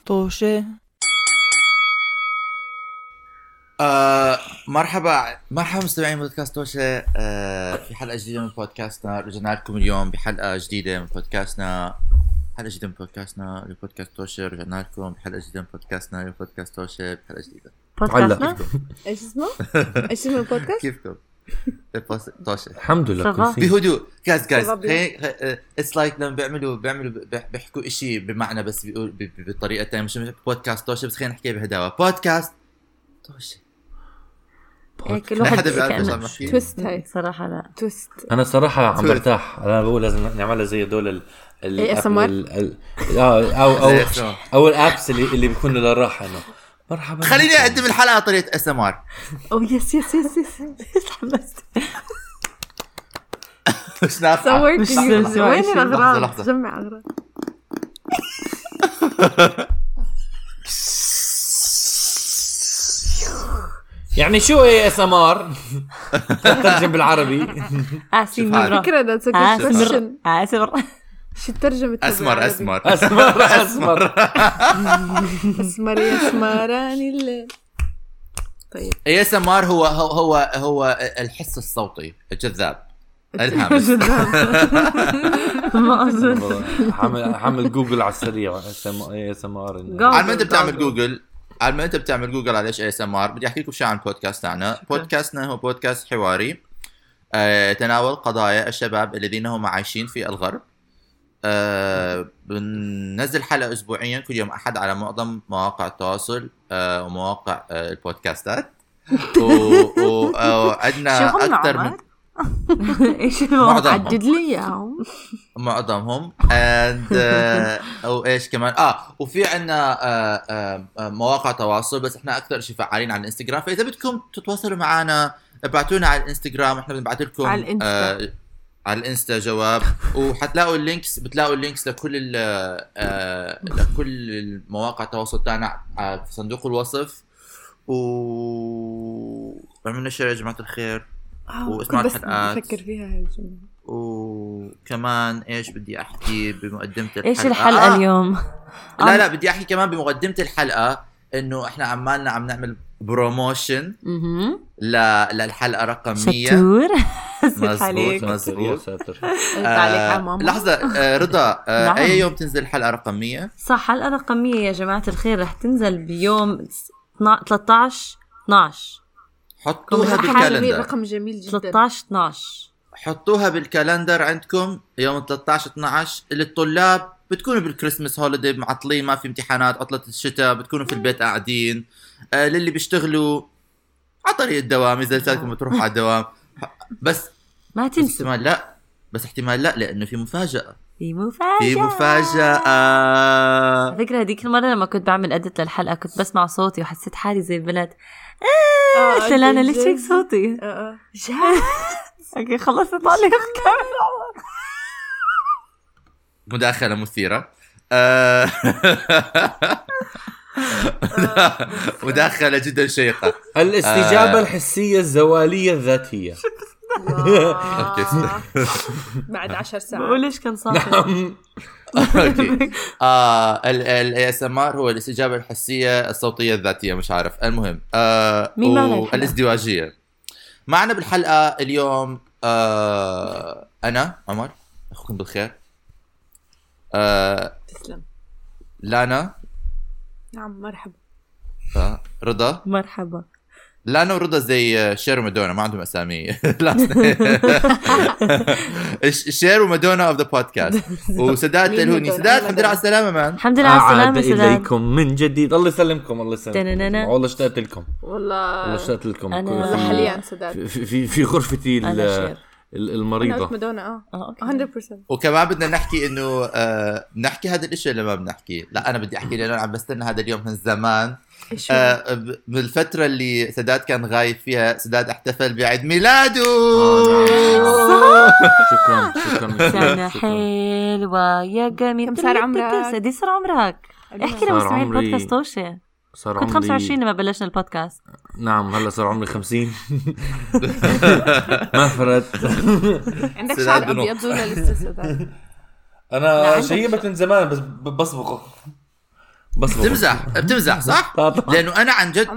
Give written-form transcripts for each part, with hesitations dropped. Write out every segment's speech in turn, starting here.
طوشة. مرحبا مستمعين بودكاست توشة. في حلقة جديدة من بودكاستنا. رجعنا لكم اليوم بحلقة جديدة من بودكاستنا. لبودكاست توشة. رجعنا لكم بحلقة جديدة من بودكاستنا لبودكاست توشة بحلقة جديدة. بودكاستنا ايش اسمه البودكاست؟ كيفكم؟ توشة الحمد لله كويسين. بهدوء جاز اتس لايك لما بيحكوا إشي بمعنى بس بيقول بطريقة تانية مش بودكاست توشة بس خلينا نحكي بهداوة بودكاست توشة. كل واحد كأنه تويست. هاي صراحة لا تويست. أنا صراحة عم برتاح. أنا بقول لازم نعملها زي دول أو الأبس اللي بيكونوا للراحة. إنه مرحبا خليني أقدم الحلقة طريقة SMR. أو يس حمست. مش نافع. وين الأغراض؟ جمع أغراض. يعني شو ASMR؟ ترجم بالعربي. فكرة ده أسمر. شو الترجمة؟ أسمر يسمراني الليل. طيب ASMR هو الحس الصوتي الجذاب الهامش. ما أظن. حمل جوجل على السريع ASMR. على ما أنت بتعمل جوجل على إيش ASMR. بدي أحكي لكم شيء عن بودكاست تاعنا. بودكاستنا هو بودكاست حواري تناول قضايا الشباب الذين هم عايشين في الغرب. بننزل حلقة أسبوعيا كل يوم أحد على معظم مواقع التواصل ومواقع البودكاستات. وعندنا أكثر من إيش عدد لي إياهم معظمهم أو إيش كمان وفي عنا مواقع تواصل بس إحنا أكثر شيء فعالين على الإنستغرام. فإذا بدكم تتواصلوا معنا ابعتونا على الإنستغرام. إحنا بنبعث لكم على الانستا جواب وحتلاقوا بتلاقوا اللينكس لكل المواقع التواصل تاعنا في صندوق الوصف. وعملنا شير يا جماعة الخير واسمعوا الحلقات. بفكر فيها هاي الجملة. وكمان ايش بدي احكي بمقدمة الحلقة؟ ايش الحلقة اليوم؟ لا بدي احكي كمان بمقدمة الحلقة انه احنا عم نعمل بروموشن للحلقة رقم 100. شطور. مزبوط. تعليق لحظة رضا نعم. أي يوم تنزل الحلقة رقم 100؟ صح حلقة رقم 100 يا جماعة الخير رح تنزل بيوم 13/12. حطوها بالكالندر. رقم جميل جدا. 13/12 حطوها بالكالندر عندكم يوم 13/12. الطلاب بتكونوا بالكريسماس هوليدي معطلين ما في امتحانات عطلة الشتاء بتكونوا في البيت قاعدين. للي بيشتغلوا على طريق الدوام إذا لساتكم بتروحوا على الدوام بس ما تنسوا. احتمال لا لأنه في مفاجأة. فكرة هذيك المرة لما كنت بعمل أدت للحلقة كنت بسمع صوتي وحسيت حالي زي بلد لانا ليش هيك صوتي خلصت طالع الكاميرا. مداخلة مثيرة. مداخلة جدا شيقة. الاستجابة الحسية الزوالية الذاتية. بعد 10 ساعات بقول ليش كان صاحي. ASMR هو الاستجابة الحسية الصوتية الذاتية مش عارف المهم الازدواجية. معنا بالحلقة اليوم أنا عمر أخوكم بالخير. تسلم. لانا. نعم مرحبا. رضا. مرحبا. لانا ورضا زي شير ومادونا ما عندهم أسامي. شير ومادونا of the podcast. وسداد الهوني. سداد الحمد لله على السلامة مان. الحمد لله على السلامة سداد. إليكم من جديد. الله يسلمكم. والله اشتقت لكم. والله اشتقت لكم. أنا حاليا سداد في غرفتي المريضة. أنا مادونا 100%. وكمان بدنا نحكي إنه نحكي هذا الإشي اللي ما بنحكي. لا أنا بدي أحكي لأنه عم بستنى هذا اليوم من زمان. من الفترة اللي سداد كان غايب فيها. سداد احتفل بعيد ميلاده. شكرا. سنة حلوة يا جميل. كم صار عمرك؟ قديش صار عمرك؟ احكي لمستمعين بودكاست توشة. كنت 25 لما بلشنا البودكاست. نعم هلا صار عمري 50. ما فرت. عندك شعر أبيض ولا لسه سداد؟ أنا شيبت من زمان بس بسبقه بس بتمزح صح؟ لانه انا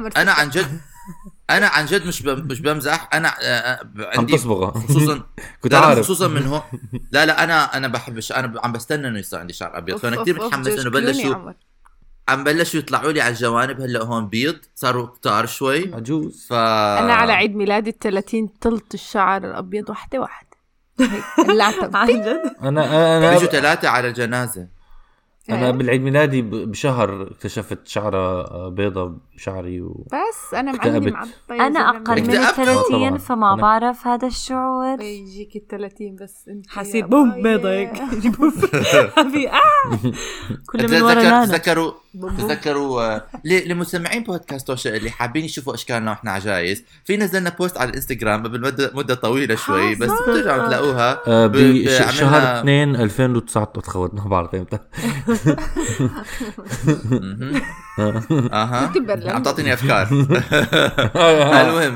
عن جد مش بمزح. انا عندي خصوصا من هون. لا انا بحب انا عم بستنى انه يصير عندي شعر ابيض، فانا كثير متحمس انه بلشوا يطلعوا لي على الجوانب. هلا هون بيض صاروا كتار شوي عجوز. انا على عيد ميلادي 30 طلت الشعر الابيض واحده اللعتب. انا بيجوا 3 على الجنازه. انا بالعيد ميلادي بشهر اكتشفت شعره بيضة بشعري بس انا معلم على انا اقل من 30 فما بعرف هذا الشعور. يجيك 30 بس انت حسيت بوم بيضة هيك ابي كل من ورا لانا. تذكروا لمستمعين بودكاست توشة اللي حابين يشوفوا اشكالنا واحنا عجايز، في نزلنا بوست على الانستغرام قبل مده طويله شوي، بس بترجعوا تلاقوها بشهر 2 2019 تخوتنا ما بعرف امتى. عم تعطيني افكار. المهم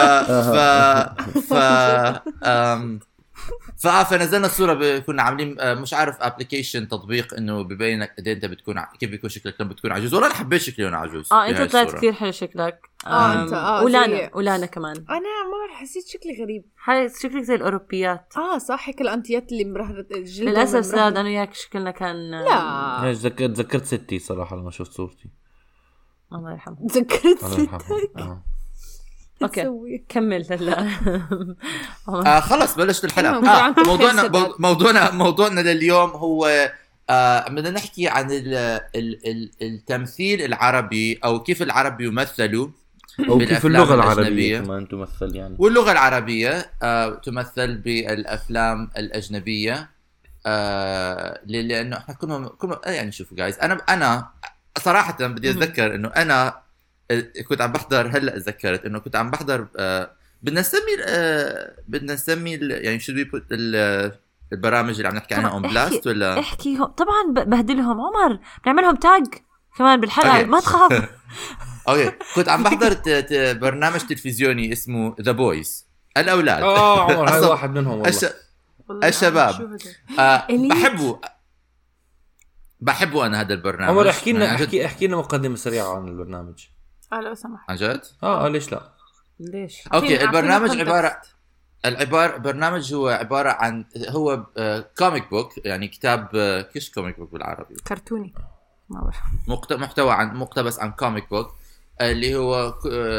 فنزلنا الصوره كنا عاملين مش عارف ابلكيشن تطبيق انه ببين لك قد انت بتكون كيف بيكون شكلك لما بتكون عجوز. والله انا حبيت شكلي وانا عجوز. انت طلعت كثير حلو شكلك. ولانا كمان. انا ما حسيت شكلي غريب، حسيت شكلك زي الاوروبيات. صح هيك الانتيات اللي مرهرة الجلد. للاسف زاد انا وياك شكلنا كان لا تذكرت ستي صراحه لما شفت صورتي. الله يرحمه. تذكرت ستي. اوكي كمل هلا. خلص بلشت الحلقه. موضوعنا لليوم هو بدنا نحكي عن التمثيل العربي، او كيف العرب يمثلوا، او كيف اللغه العربيه كمان تمثل يعني. واللغه العربيه تمثل بالافلام الاجنبيه. لانه احنا كنا يعني شوفوا جايز، انا صراحه بدي اتذكر انه انا كنت عم بحضر. هلا اتذكرت انه كنت عم بحضر بدنا نسمي يعني شو بيبوت البرامج اللي عم نحكي عنها اون بلاست ولا احكيهم. طبعا بهدلهم عمر، بنعملهم تاج كمان بالحلقه. ما تخاف. اوكي كنت عم بحضر برنامج تلفزيوني اسمه ذا بويز، الاولاد. عمر هاي واحد منهم والله. الشباب بحبه انا هذا البرنامج. عمر احكي لنا مقدمه سريعه عن البرنامج لو سمحت. عن جد؟ ليش لا؟ ليش؟ اوكي برنامج هو عباره عن كوميك بوك، يعني كتاب. كيش كوميك بوك بالعربي؟ كرتوني. محتوى عن مقتبس عن كوميك بوك، اللي هو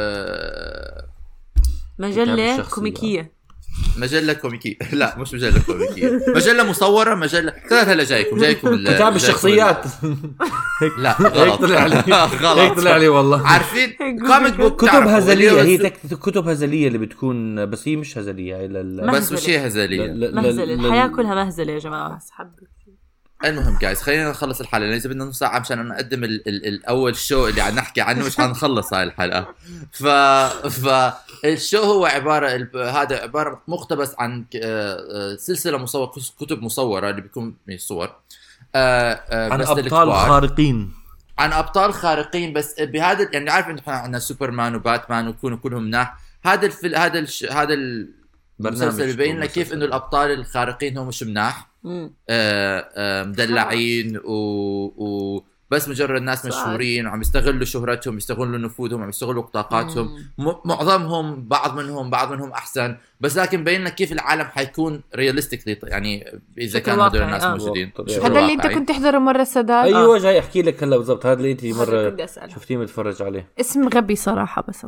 مجله كوميكيه. مجلة كوميكية. لا مش مجلة كوميكية، مجلة مصورة. مجلة هلا جايكم كتاب الشخصيات. لا غلط. هيك طلع لي والله. عارفين كوميك بوك كتب هزلية، هي كتب هزلية اللي بتكون، بس هي مش هزلية، هي بس وش هي هزلية؟ مهزلة. الحياة كلها مهزلة يا جماعة. المهم جايز خلينا نخلص الحلقة، لأن إذا بدنا نص ساعة مشان نقدم الأول شو اللي عم نحكي عنه مش حنخلص هاي الحلقة. الشو هو هذا عبارة مقتبس عن سلسلة مصورة، كتب مصورة اللي بيكون من صور عن أبطال خارقين. عن أبطال خارقين. بس بهذا يعني عارف إن إحنا عندنا سوبرمان وباتمان ويكونوا كلهم مناح. هذا المسلسل يبين لك كيف إنه الأبطال الخارقين هم مش مناح، مدلعين بس مجرد ناس مشهورين وعم يستغلوا شهرتهم، يستغلوا نفوذهم، عم يستغلوا طاقاتهم. معظمهم بعض منهم احسن، بس لكن بين لك كيف العالم حيكون رياليستيكلي، يعني اذا كانوا هذول الناس موجودين. هذا اللي انت كنت تحضره مره سداد. ايوه جاي احكي لك هلا بالضبط. هذا اللي انت مره شفتيه متفرج عليه. اسم غبي صراحه بس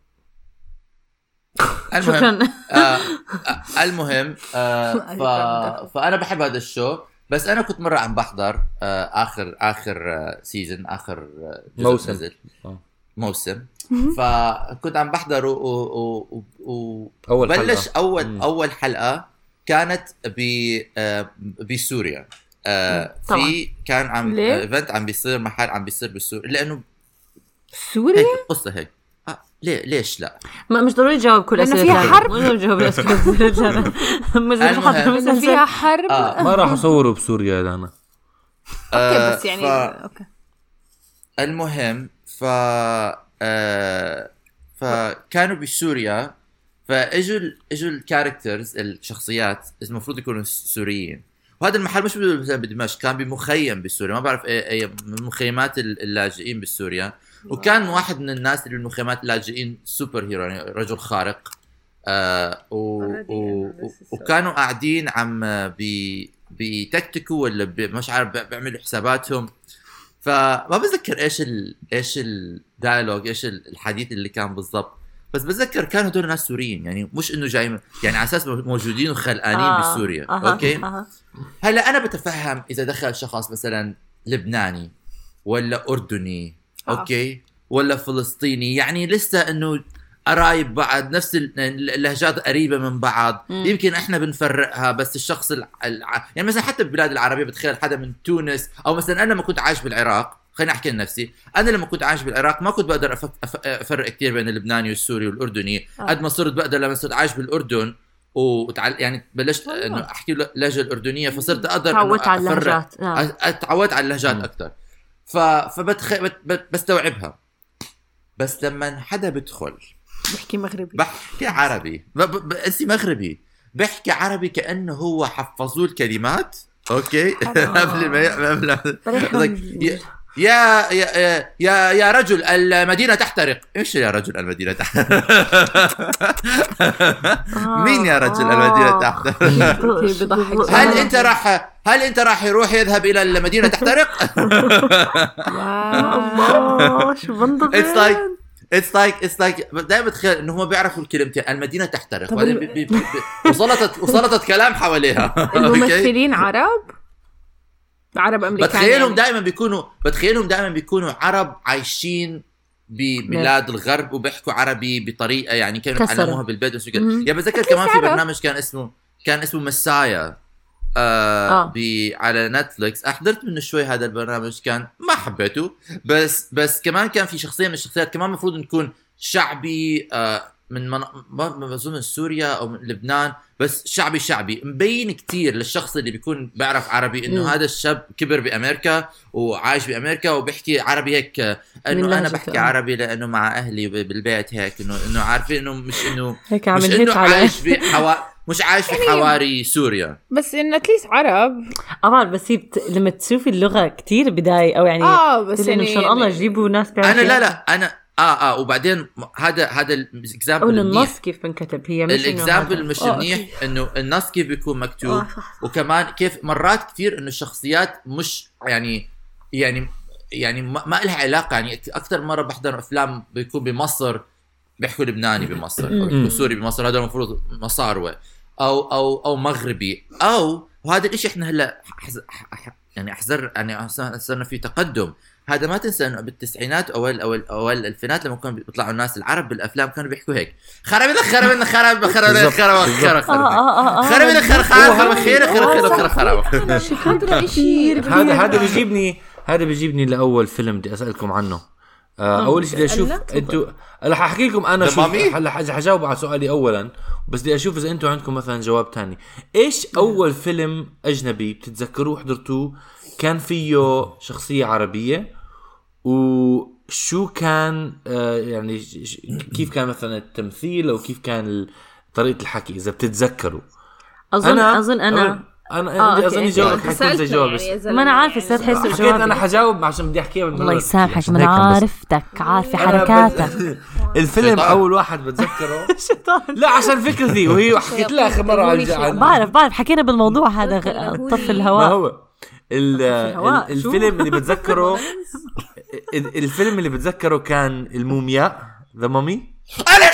المهم فانا بحب هذا الشو. بس انا كنت مره عم بحضر اخر سيزن، اخر موسم نزل موسم. فكنت عم بحضر وبلش اول حلقه كانت بسوريا. في كان عم ايفنت عم بيصير بسوريا، لانه سوريا قصه هيك. ليش لا؟ مش ضروري تجاوب كل أسئلة. فيها حرب. مش جاوب الأسئلة. مش فيها حرب. ما راح أصوره بسوريا أنا. أوكي بس يعني أوكي. المهم فكانوا بسوريا، فاجوا الكاركترز الشخصيات المفروض يكونوا سوريين، وهذا المحل مش بدمشق، كان بمخيم بسوريا، ما بعرف اي من مخيمات اللاجئين بسوريا. وكان واحد من الناس اللي بالمخيمات اللاجئين سوبر هيرو، يعني رجل خارق. وكانوا قاعدين عم بيتكتكوا ولا مش عارف بيعملوا حساباتهم. فما بتذكر ايش الدايلوج، ايش الحديث اللي كان بالضبط، بس بتذكر كانوا دول ناس سوريين، يعني مش انه جاي يعني على اساس موجودين وخلقانين بسوريا. اوكي. هلا انا بتفهم اذا دخل شخص مثلا لبناني ولا اردني اوكي ولا فلسطيني، يعني لسه انه قرايب بعض، نفس اللهجات قريبه من بعض. يمكن احنا بنفرقها، بس الشخص يعني مثلا حتى بالبلاد العربيه بتخيل حدا من تونس، او مثلا انا لما كنت عايش بالعراق، خليني احكي لنفسي، انا لما كنت عايش بالعراق ما كنت بقدر افرق كثير بين اللبناني والسوري والاردني قد ما صرت بقدر لما صرت عايش بالاردن يعني بلشت انه احكي اللهجه الاردنيه، فصرت اقدر تعودت على اللهجات، تعودت على اللهجات اكثر، بستوعبها. بس لما حدا بدخل بحكي عربي، انسي مغربي، بحكي عربي كأنه هو حفظوه الكلمات اوكي قبل ما يا رجل المدينة تحترق. ايش يا رجل المدينة تحترق؟ مين يا رجل المدينة تحترق؟ هل انت راح يذهب الى المدينة تحترق؟ الله شو بنضبط. It's like دائما بتخيل انه هم بيعرفوا الكلمتين المدينة تحترق، وصلتت كلام حواليها. الممثلين عرب امريكان، بتخيلهم دائما بيكونوا عرب عايشين ببلاد الغرب وبيحكوا عربي بطريقه يعني كانوا يتعلموها بالبيت وشو كده. يعني بتذكر كمان في برنامج كان اسمه مسايا على نتفليكس، احضرت منه شوي. هذا البرنامج كان ما حبيته، بس كمان كان في شخصيه من الشخصيات كمان المفروض نكون شعبي، من ما بظن من سوريا او من لبنان، بس شعبي مبين كتير للشخص اللي بيكون بيعرف عربي انه هذا الشاب كبر بامريكا وعايش بامريكا وبيحكي عربي هيك، انه انا بحكي عربي لانه مع اهلي بالبيت هيك، انه عارفين انه مش انه مش عايش في حواري سوريا، بس انه اتليست عرب. بس لما تشوفي اللغه كتير بداية او يعني بس انه شاء الله يجيبوا ناس انا انا وبعدين هذا الاكزامبل النص كيف بنكتب، هي مش الاكزامبل مش منيح، انه النص كيف بيكون مكتوب، وكمان كيف مرات كثير انه الشخصيات مش يعني ما لها علاقه. يعني اكثر مره بحضر افلام بيكون بمصر بيحكوا لبناني بمصر او بيحكوا سوري بمصر، هذا المفروض مصاروه او مغربي، وهذا الاشي احنا هلا يعني صرنا في تقدم. هذا ما تنسى انه بالتسعينات او الالفينات لما كانوا بيطلعوا الناس العرب بالافلام كانوا بيحكوا هيك خرب هذا بيجيبني لاول فيلم بدي اسالكم عنه. اول شيء بدي اشوف انتوا، رح احكي لكم انا شو هلا حجاوب على سؤالي اولا، بس بدي اشوف اذا انتوا عندكم مثلا جواب تاني. ايش اول فيلم اجنبي بتتذكروه حضرتوه كان فيه شخصيه عربيه، وشو كان يعني كيف كان مثلا التمثيل او كيف كان طريقه الحكي اذا بتتذكروا؟ اظن انا اظن جاوبك حيكون زي جواب، بس ما انا عارفه استاذ حس الجواب. انا حجاوب عشان بدي احكيها الله يسامحك، ما انا عارفه حركاتك. الفيلم اول واحد بتذكره لا عشان فكرتي، وهي حكيت لها اخر مره بعرف حكينا بالموضوع هذا طفل الهواء. ما هو الفيلم اللي بتذكره الفيلم اللي بتذكره كان المومياء، ذا مامي. انا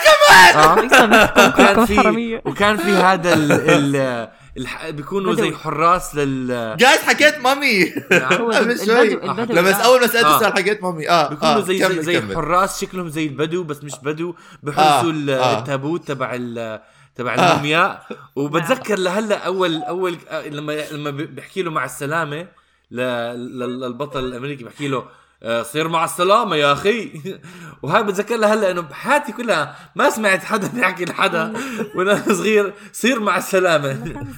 كمان وكان في هذا بيكونوا زي حراس جايز حكيت مامي لما اول ما سألت السؤال حكيت مامي بيكونوا زي حراس شكلهم زي البدو بس مش بدو، بحرسوا التابوت تبع المومياء. وبتذكر لهلا اول لما بيحكي له مع السلامه للبطل الامريكي، بحكي له صير مع السلامه يا اخي. وهاي بتذكر لها هلا انه بحياتي كلها ما سمعت حدا بيحكي لحدا وانا صغير صير مع السلامه.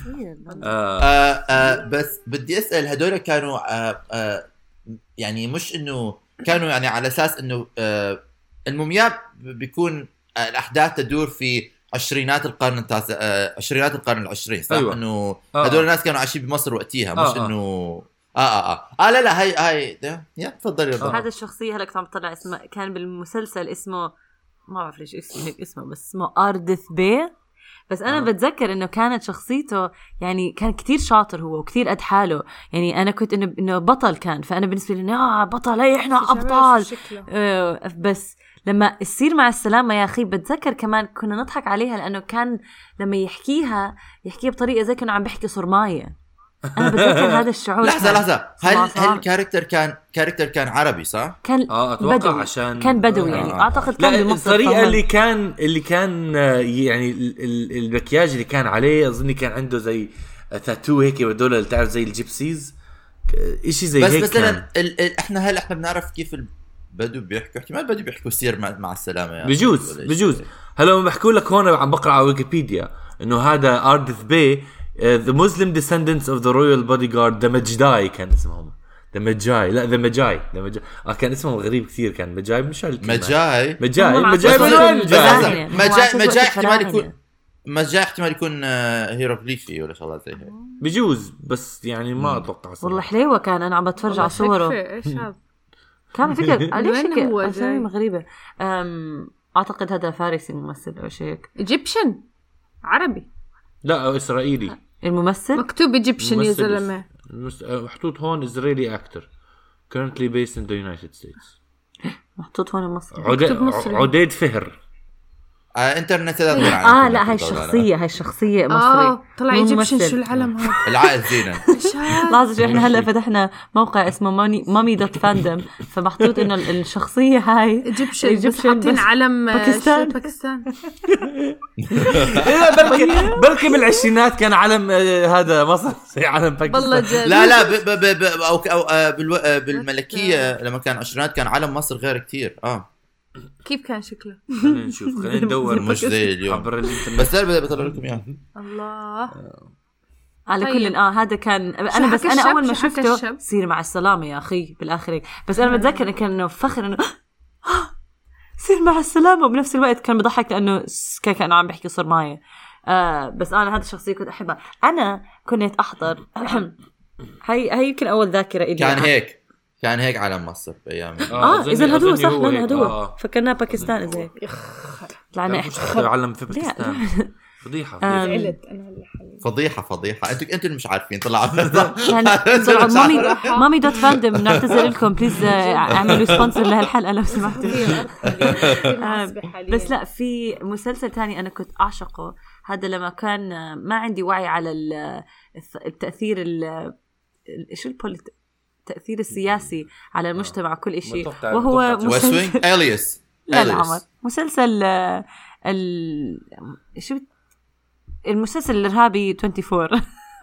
بس بدي اسال، هدول كانوا يعني مش انه كانوا يعني على اساس انه المومياء بيكون الاحداث تدور في عشرينات القرن عشرينات القرن العشرين صح. أيوة. انه هذول الناس كانوا عايشين بمصر وقتها مش انه لا هاي يا تفضلي. هذا الشخصيه هلا كنت عم طلع اسمه كان بالمسلسل اسمه ما بعرف ليش اسمه بس اسمه أردث بي. بس أنا بتذكر إنه كانت شخصيته يعني كان كتير شاطر هو وكتير قد حاله. يعني أنا كنت إنه بطل كان، فأنا بالنسبة لي بطل هي إحنا أبطال. بس لما يصير مع السلامة يا أخي بتذكر كمان كنا نضحك عليها لأنه كان لما يحكيها بطريقة زي كأنه عم بيحكي صرماية. أنا بتذكر هذا الشعور. لحظة هل الكاركتر كان عربي صح؟ كان أتوقع بدوي. عشان كان بدوي يعني أعتقد كان بمصر. الطريقة اللي كان يعني المكياج اللي كان عليه أظني كان عنده زي تاتو هيك ودول اللي تعرف زي الجيبسيز إشي زي هيك. بس مثلا احنا بنعرف كيف بدو بيحكوا احتمال بدو بيحكوا سير مع السلامة يعني. بجوز هلا ما بحكوا لك هون عم بقرأ على ويكيبيديا إنه هذا أردث بي the Muslim descendants of the royal bodyguard the Majdi كان اسمهم the Magi كان اسمهم غريب كثير. كان مجاي مش مجاي احتمال يكون هيروغليفي ولا شغلات زي هيك بجوز. بس يعني ما اتوقع والله حليوه كان. انا عم بتفرج على صوره كان فكر ليش اسامي غريبه. اعتقد هذا فارسي ممثل او شيء هيك. ايجيبشن عربي لا اسرائيلي الممثل مكتوب ايجيبشن يا زلمه محطوط هون اسرائيلي اكتر currently based in the United States. محطوط هون مصري. عديد فهر انترنت لا لا هاي الشخصيه مصري. طلع ايجيبشن شو العلم هذا العائل زينة. لحظه احنا هلا فتحنا موقع اسمه مامي.فاندم فمحطوط انه الشخصيه هاي ايجيبشن بس حاطين علم باكستان بلكي بالعشرينات كان علم هذا مصر زي علم باكستان. لا بالملكيه لما كان عشرينات كان علم مصر غير كتير. كيف كان شكله؟ خلينا نشوف خلينا ندور مش زي اليوم بس ده بطلع لكم اياه. الله على كل هذا كان انا بس انا اول ما شفته سير مع السلامه يا اخي بالاخر. بس انا بتذكر كان فخر انه سير مع السلامه وبنفس الوقت كان بضحك لانه كان عم بحكي صرمايه. بس انا هذا الشخصيه كنت احبها. انا كنت احضر هي يمكن اول ذاكره إلي كان هيك علم مصر بايام. اذا هدول صح لنا هدول فكرنا باكستان اذا هيك طلعنا علم في باكستان. فضيحه انتوا اللي مش عارفين. طلع مامي.فاندم نعتذر لكم بليز اعملوا سبونسر لهالحلقه لو سمحتوا. بس لا في مسلسل تاني انا كنت اعشقه. هذا لما كان ما عندي وعي على التاثير التأثير السياسي على المجتمع كل شيء وهو مسلسل أليس. لا عمر مسلسل شو المسلسل الإرهابي 24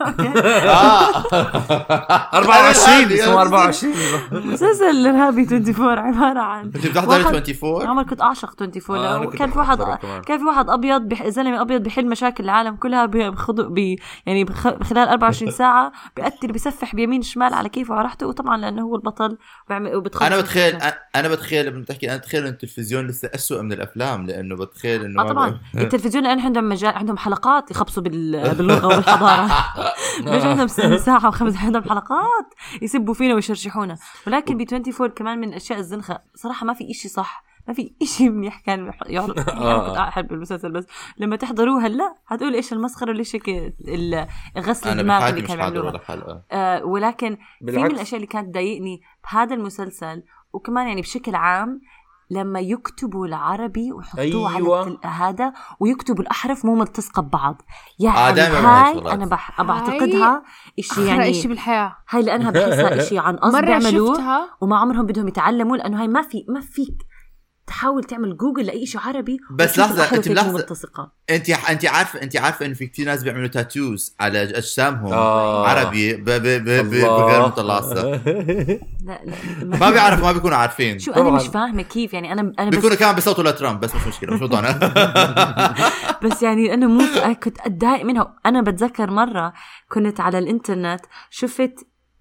24 اسمه 24 مسلسل الإرهابي 24 عبارة عن انت بتحضر 24. عمر كنت أعشق 24. كان في واحد أبيض زلمة أبيض بيحل مشاكل العالم كلها يعني خلال 24 ساعة بيقتل بيسفح بيمين شمال على كيفه وراحته. وطبعا لأنه هو البطل أنا بتخيل بتحكي أنا أتخيل إن التلفزيون لسه أسوأ من الأفلام لأنه بتخيل إنه طبعا التلفزيون عندهم حلقات يخبصوا باللغة والحضارة. مش عندهم ساعة و5 عندهم حلقات يسبوا فينا ويشرشحونا. ولكن ب 24 كمان من الأشياء الزنخة صراحة ما في إشي صح ما في إشي منيح كان يعني كنت أحب المسلسل. بس لما تحضروه هلا هتقول إيش المسخرة وليش غسل الدماغ اللي كان يعملوها. ولكن في من الأشياء اللي كانت تضايقني بهذا المسلسل وكمان يعني بشكل عام لما يكتبوا العربي ويحطوه على هذا ويكتبوا الأحرف مو ملتصقة ببعض. يعني هاي أنا بعتقدها إشي يعني إشي بالحياة. هاي لأنها بحسها إشي عن قصد بيعملوه وما عمرهم بدهم يتعلموا لأنه هاي ما فيك تحاول تعمل جوجل لأي شيء عربي. بس لحظة انت عارفة انه في كتير ناس بيعملوا تاتوز على اجسامهم عربي بغير متلاصق. لا ما بيعرف ما بيكونوا عارفين. شو انا مش فاهمة كيف يعني انا بيكونوا كمان بيصوتوا لترامب بس مش مشكلة مش موضوعنا. بس يعني انا كنت اتضايق منها. انا بتذكر مرة كنت على الانترنت شفت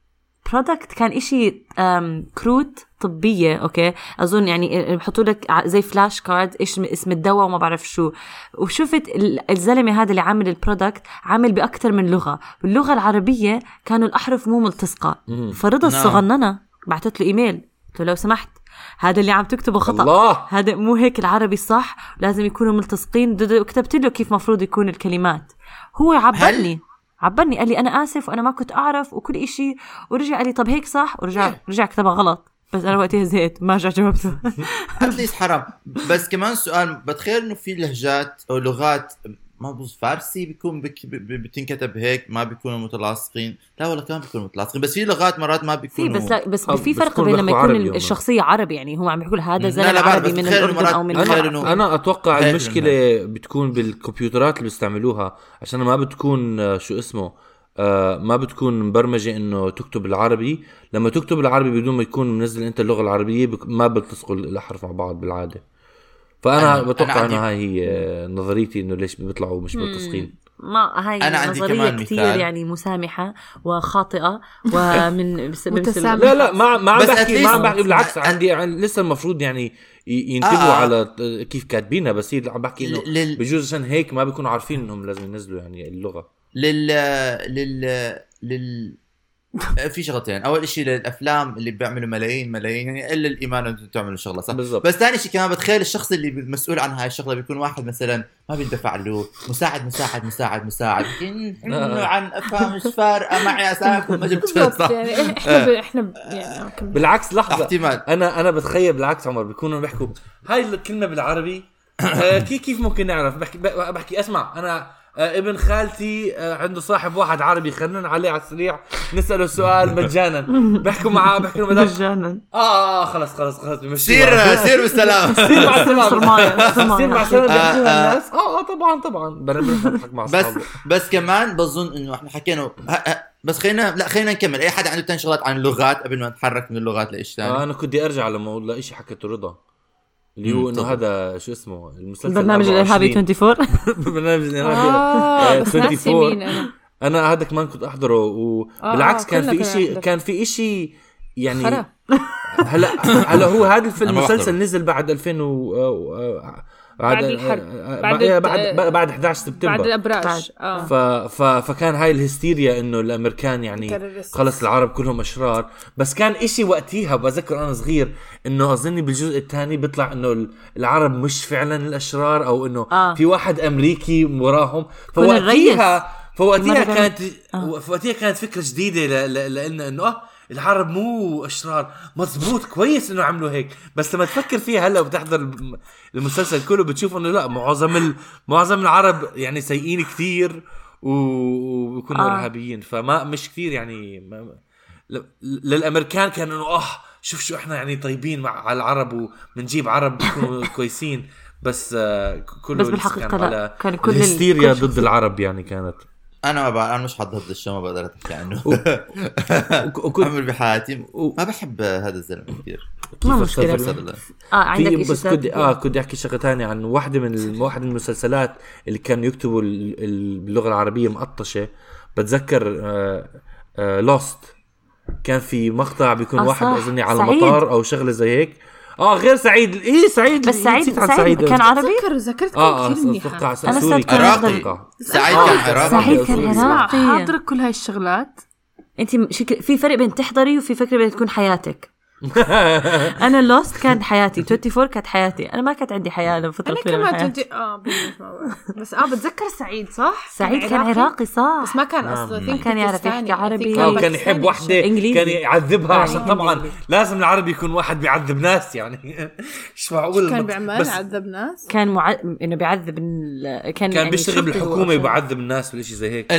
برودكت كان إشي كروت طبية أوكي أظن يعني بحطوا لك زي فلاش كارد إيش اسم الدواء وما بعرف شو. وشفت الزلمة هذا اللي عامل البرودكت عامل بأكتر من لغة. باللغة العربية كانوا الأحرف مو ملتصقة. فرضا الصغننة بعتت له إيميل قلت له لو سمحت هذا اللي عم تكتبه خطأ الله. هذا مو هيك العربي صح لازم يكونوا ملتصقين. وكتبت له كيف مفروض يكون الكلمات. هو عبرني قال لي أنا آسف وأنا ما كنت أعرف وكل إشي. ورجع قال لي طب هيك صح ورجع كتبها غلط. بس أنا وقتها زهقت ما رجع جاوبته. أتليس حرام. بس كمان سؤال بتخيل إنه في لهجات أو لغات ما بوز فارسي بيكون بتنكتب هيك ما بيكونوا متلاصقين. لا ولا كان بيكونوا متلاصقين بس في لغات مرات ما بيكونوا بس في فرق بين لما يكون الشخصية عربي يعني هو عم بيقول هذا زلمة عربي من الأردن أو من أنا أتوقع المشكلة بتكون بالكمبيوترات اللي بيستعملوها عشان ما بتكون شو اسمه ما بتكون مبرمجة إنه تكتب العربي. لما تكتب العربي بدون ما يكون منزل أنت اللغة العربية ما بتلصقوا الأحرف مع بعض بالعادة. فأنا بتوقع إنه هاي هي نظريتي إنه ليش بيطلعوا مش متصقين. ما هاي نظرية كتير يعني مسامحة وخاطئة ومن لا ما عم بحكي بالعكس. عندي يعني لسه المفروض يعني ينتبهوا على كيف كاتبينها. بس هي عم بحكي إنه بجوز عشان هيك ما بيكونوا عارفين إنهم لازم ينزلوا يعني اللغة في شغلتين. اول شيء للافلام اللي بيعملوا ملايين يعني الا الايمان انتم تعملوا شغله صح بالزبط. بس ثاني شيء كمان بتخيل الشخص اللي مسؤول عن هاي الشغله بيكون واحد مثلا ما بيندفع له مساعد انه عن افهم مش فارقه معي اساكم ما جبت يعني احنا يعني بالعكس لحظه احتمال. انا بتخيل بالعكس عمر بيكونوا بيحكوا هاي الكلمه بالعربي كيف ممكن نعرف. بحكي اسمع انا ابن خالتي عنده صاحب واحد عربي خلنا عليه على السريع نسأله السؤال مجانا. بحكوا معاه مجانا خلص سير بالسلام سير مع السلامة الناس طبعا بنضحك مع اصحابه. بس كمان بظن انه احنا حكينا بس خلينا نكمل. اي حد عنده تاني شغلات عن اللغات قبل ما نتحرك من اللغات لايش ثاني. انا كنت ارجع لما شيء حكيته رضا اللي هو انه هذا شو اسمه المسلسل برنامج الارهابي 24 برنامج الارهابي 24 انا هذا كمان كنت احضره وبالعكس كان في إشي يعني هلا هو هذا المسلسل نزل بعد 2000 بعد الحرب بعد 11 سبتمبر بعد الابراج فكان هاي الهستيريا انه الامريكان يعني خلص العرب كلهم اشرار. بس كان إشي وقتها بذكر انا صغير انه اظني بالجزء الثاني بيطلع انه العرب مش فعلا الاشرار او انه في واحد امريكي وراهم. فوقتها كانت فكرة جديدة لنا انه العرب مو اشرار. مزبوط كويس انه عملوا هيك. بس لما تفكر فيها هلا وبتحضر المسلسل كله بتشوف انه لا معظم العرب يعني سيئين كثير وبيكونوا ارهابيين. فما مش كثير يعني للامريكان كانوا انه شوف احنا يعني طيبين مع العرب وبنجيب عرب بيكونوا كويسين. بس كله بالحقيقة كان كل الهستيريا ضد العرب يعني كانت. انا مش حد ضد الشيء ما بقدر احكي عنه. عمر بحياتي ما بحب هذا الزلمه كثير. ما مشكله عندك بس كنت احكي شغله ثانيه عن واحد من المسلسلات اللي كانوا يكتبوا باللغه العربيه مقطشه. بتذكر لوست كان في مقطع بيكون واحد اظني على المطار او شغله زي هيك. غير سعيد. سعيد بس سعيد كان عربي. ذكرت كثير اتوقع سوري عراقي. سعيد كان عراقي. حاضرك كل هاي الشغلات. انت في فرق بين تحضري وفي فرق بين تكون حياتك. انا لوست كانت حياتي 24 كانت حياتي. انا ما كانت عندي حياه لفتره طويله من حياتي. بس بتذكر سعيد صح. سعيد كان عراقي صح بس ما كان اصلا كان يعرف يحكي عربي. كان يحب وحده كان يعذبها عشان طبعا لازم العربي يكون واحد بيعذب ناس يعني مش معقول. كان بيعمل عذب ناس. كان انه بيعذب كان يعني بيشتغل بالحكومه وبيعذب الناس ولا شيء زي هيك.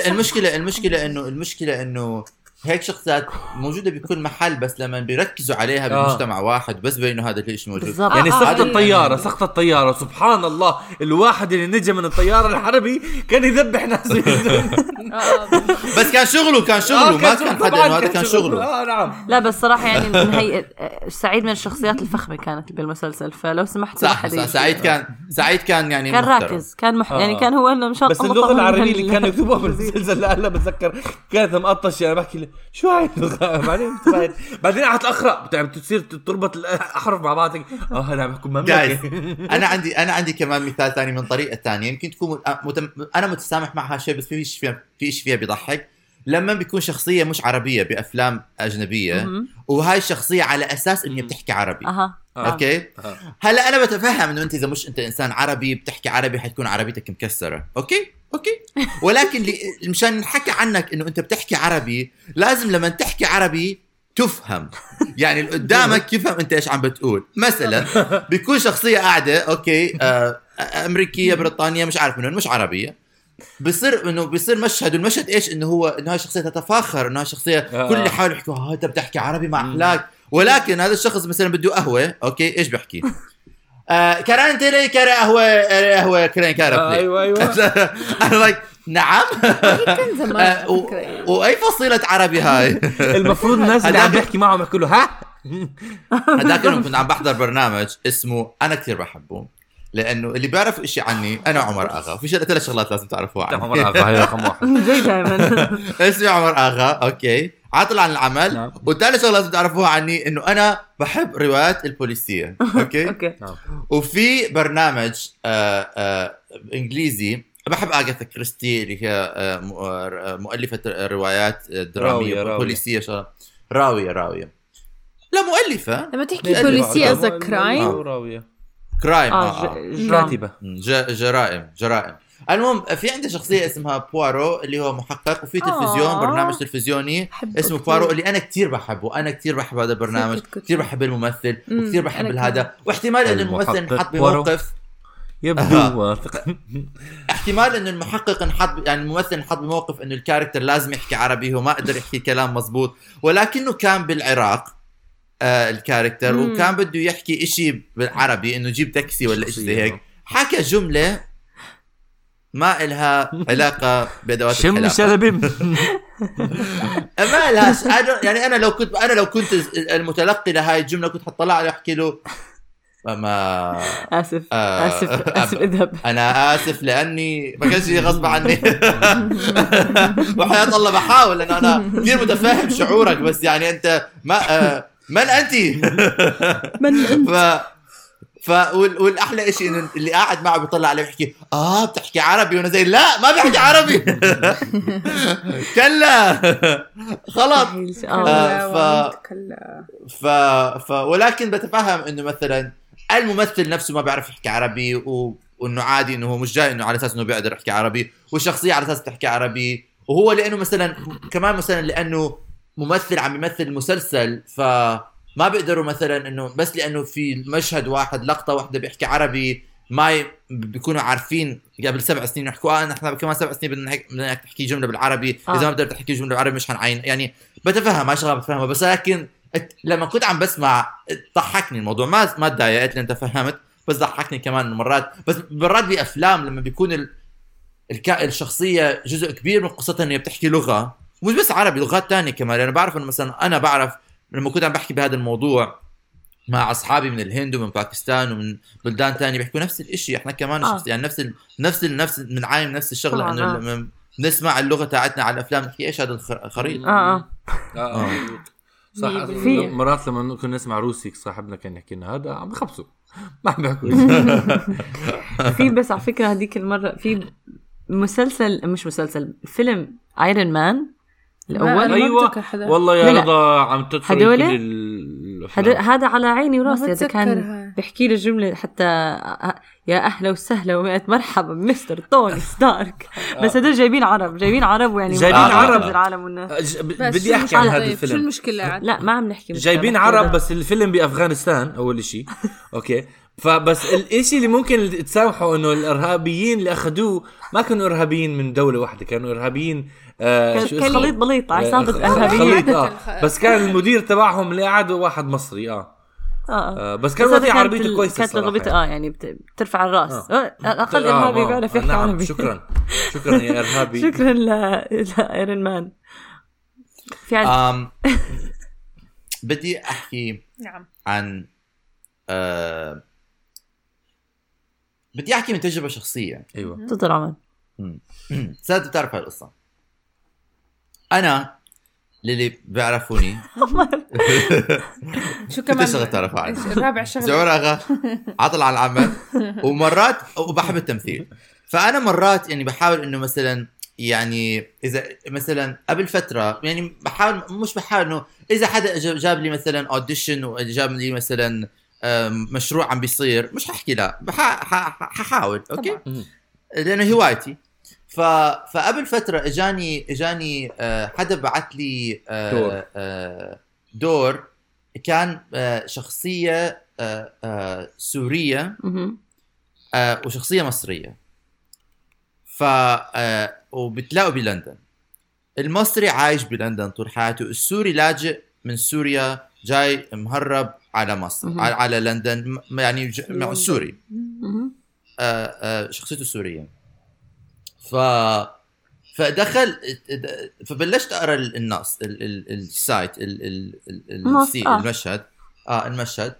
المشكله انه هيك شخصيات موجودة بكل محل بس لما بيركزوا عليها بمجتمع واحد بس بينه هذا الشيء موجود. يعني سقط الطيارة سبحان الله الواحد اللي نجا من الطيارة الحربي كان يذبح ناس. بس كان شغله ما كان حدا انه هذا كان شغله. نعم. لا بس صراحة يعني من هي سعيد من الشخصيات الفخمة كانت بالمسلسل. فلو سمحت سعيد كان يعني كان راكز كان يعني كان هو انه مش بس اللغة العربية اللي كانوا يكتبوها بالمسلسل لا بتذكر كانت مقطشة. انا بحكي شو هاي بعدين حتأخرق بتصير تربط الأحرف مع بعضك. هلا بحكم مملكة. أنا عندي كمان مثال ثاني من طريقة ثانية يمكن تكون أنا متسامح معها شيء بس في إيش فيها بيضحك لما بيكون شخصية مش عربية بأفلام أجنبية وهاي الشخصية على أساس إنها بتحكي عربي. أوكي. هلا أنا بتفهم إنه أنت إذا مش أنت إنسان عربي بتحكي عربي حتكون عربيتك مكسرة. أوكي. ولكن مشان نحكي عنك إنه أنت بتحكي عربي لازم لما تحكي عربي تفهم يعني اللي قدامك يفهم أنت إيش عم بتقول. مثلا بيكون شخصية قاعدة أوكي أمريكية بريطانية مش عارف منهم مش عربية بيصير مشهد والمشهد ايش انه هاي الشخصيه تتفاخر انه هاي الشخصيه كل اللي حاول يحكوا انت بتحكي عربي مع احلاك ولكن هذا الشخص مثلا بده قهوه اوكي ايش بحكي كران تري كره قهوه كران كره ايوه انا لايك نعم كان زمان واي فصيله عربي هاي المفروض الناس اللي عم بحكي معهم يحكوا له ها. هذاك كنت عم بحضر برنامج اسمه انا كثير بحبه لانه اللي بيعرف إشي عني انا عمر اغا في 3 شغلات لازم تعرفوها عني. عمر اغا هي رقم 1 زي دائما اسمي عمر اغا اوكي عاطل عن العمل. نعم. والثالث شغله لازم تعرفوها عني انه انا بحب روايات البوليسيه. اوكي. وفي برنامج انجليزي بحب اغاثا كريستي اللي هي مؤلفه روايات دراميه بوليسيه شغله راويه لا مؤلفه لما تحكي بوليسيه قصدك كرايم كرايم كاتبة جرائم. المهم في عنده شخصية اسمها بوارو اللي هو محقق وفي تلفزيون برنامج تلفزيوني اسمه بوارو اللي أنا كتير بحبه. أنا كتير بحب هذا البرنامج كتير بحب الممثل وكتير بحب هذا واحتمال أن الممثل نحط بموقف يبدو واثق احتمال أن المحقق نحط يعني الممثل نحط بموقف أنه الكاركتر لازم يحكي عربي هو ما قدر يحكي كلام مزبوط ولكنه كان بالعراق الكاركتر وكان بده يحكي إشي بالعربي إنه جيب تاكسي ولا إشي زي هيك حكى جملة ما إلها علاقة بأدوات الحلاقة ما إلهاش يعني أنا لو كنت المتلقي لهاي الجملة كنت حطلع عليه أحكي له ما آسف اذهب أنا آسف لأني ما كانش غصب عني وحياة الله بحاول لأنه أنا كثير متفاهم شعورك بس يعني أنت ما من أنت؟ والأحلى إشي إنه اللي قاعد معه بيطلع عليه بيحكي بتحكي عربي وأنا زي لا ما بحكي عربي كلا خلاص ولكن بتفهم إنه مثلا الممثل نفسه ما بيعرف يحكي عربي وإنه عادي إنه هو مش جاي إنه على أساس إنه بيقدر يحكي عربي والشخصية على أساس تحكي عربي وهو لأنه مثلا كمان مثلا لأنه ممثل عم يمثل مسلسل فما بيقدروا مثلا انه بس لانه في مشهد واحد لقطه واحده بيحكي عربي ما بيكونوا عارفين قبل 7 سنين يحكوا نحن كمان 7 سنين بدنا تحكي جمله بالعربي اذا ما بتقدر تحكي جمله بالعربي مش حنعين يعني بتفهم هاي شغله بتفهمها بس لكن لما كنت عم بسمع ضحكني الموضوع ما تضايقت لان انت فهمت بس ضحكني كمان مرات بافلام لما بيكون الشخصيه جزء كبير من قصتها انها بتحكي لغه مش بس عربي لغات تانية كمان أنا بعرف إنه مثلا أنا بعرف لما كنت عم بحكي بهذا الموضوع مع أصحابي من الهند ومن باكستان ومن بلدان تانية بيحكوا نفس الإشي إحنا كمان يعني نفس بنعاين نفس الشغلة إنه لما نسمع اللغة تاعتنا على الأفلام نحكي إيش هذا الخريط صح مرات لما كنا نسمع روسي صاحبنا كان يحكي لنا هذا عم بخبصوا ما عم بيحكوا في بس على فكرة هذيك المرة في مسلسل فيلم ايرون مان الأول أيوة والله يا رضا عم تدخل هذا على عيني وراسي هذا كان بيحكي لي جملة حتى يا أهلا وسهلا ومئة مرحبا مستر توني ستارك بس هذول جايبين عرب ويعني جايبين عرب العالم والناس بدي أحكي عن هذا الفيلم شو المشكلة لا ما عم نحكي جايبين عرب بس الفيلم بأفغانستان أول شيء أوكي فبس الاشي اللي ممكن تسامحوا انه الارهابيين اللي اخذوه ما كانوا ارهابيين من دولة واحدة كانوا ارهابيين كان خليط بليط عصابة ارهابيين بس كان المدير تبعهم اللي قاعد واحد مصري بس كان وقتها عربيته كويسة كانت لغته يعني بترفع الراس اقل ارهابي بيعرف يحكي عربي شكرا يا ارهابي شكرا لايرون مان بدي احكي عن بدي أحكي من تجربة شخصية. أيوة. تفضل عمر. سادة تعرف هالقصة. أنا للي بيعرفوني شو كمان شغله تعرف عني الرابع شغله زعرغة عطل على العمل ومرات وبحب التمثيل. فانا مرات يعني بحاول انه مثلا يعني اذا مثلا قبل فتره يعني مش بحاول انه اذا حدا جاب لي مثلا اوديشن وجاب لي مثلا مشروع عم بيصير مش هحكي لا ححاول اوكي لانه هوايتي. فقبل فتره اجاني حدا بعت لي دور كان شخصيه سوريه وشخصيه مصريه. وبتلاقوا بلندن المصري عايش بلندن طول حياته، السوري لاجئ من سوريا جاي مهرب على مصر على لندن يعني مع سوري شخصيته سورية. فدخل فبلشت اقرا النص السايت المشهد المشهد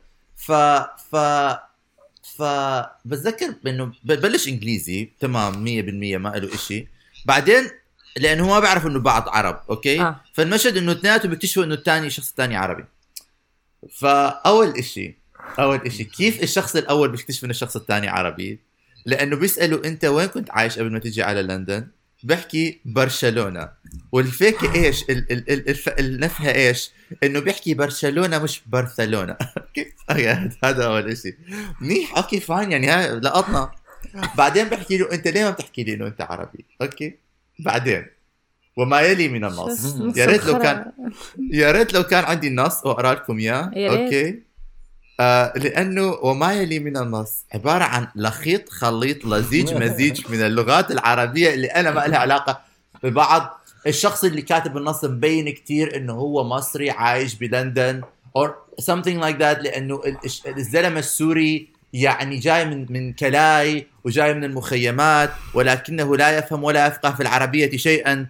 فبتذكر انه ببلش انجليزي تمام 100% ما له إشي. بعدين لانه ما بيعرف انه بعض عرب اوكي فالمشهد انه اثنيناتهم بيكتشفوا انه الثاني شخص الثاني عربي. فاول إشي كيف الشخص الاول بيكتشف انه الشخص الثاني عربي؟ لانه بيسالوا انت وين كنت عايش قبل ما تيجي على لندن؟ بحكي برشلونة. والفيك ايش النفهة ايش انه بيحكي برشلونة مش برشلونة. هذا اول اشي منيح اوكي فاين يعني هاي لقطنا. بعدين بحكي له انت ليه ما بتحكي لي انه انت عربي؟ اوكي بعدين وما يلي من النص يا ريت لو كان عندي النص واقرا لكم اياه اوكي لأنه وما يلي من النص عبارة عن لخيط خليط لزيج مزيج من اللغات العربية اللي أنا ما لها علاقة ببعض. الشخص اللي كاتب النص مبين كتير إنه هو مصري عايش بلندن or something like that لأنه الزلمة السوري يعني جاي من كلاي وجاي من المخيمات ولكنه لا يفهم ولا يفقه في العربية شيئا.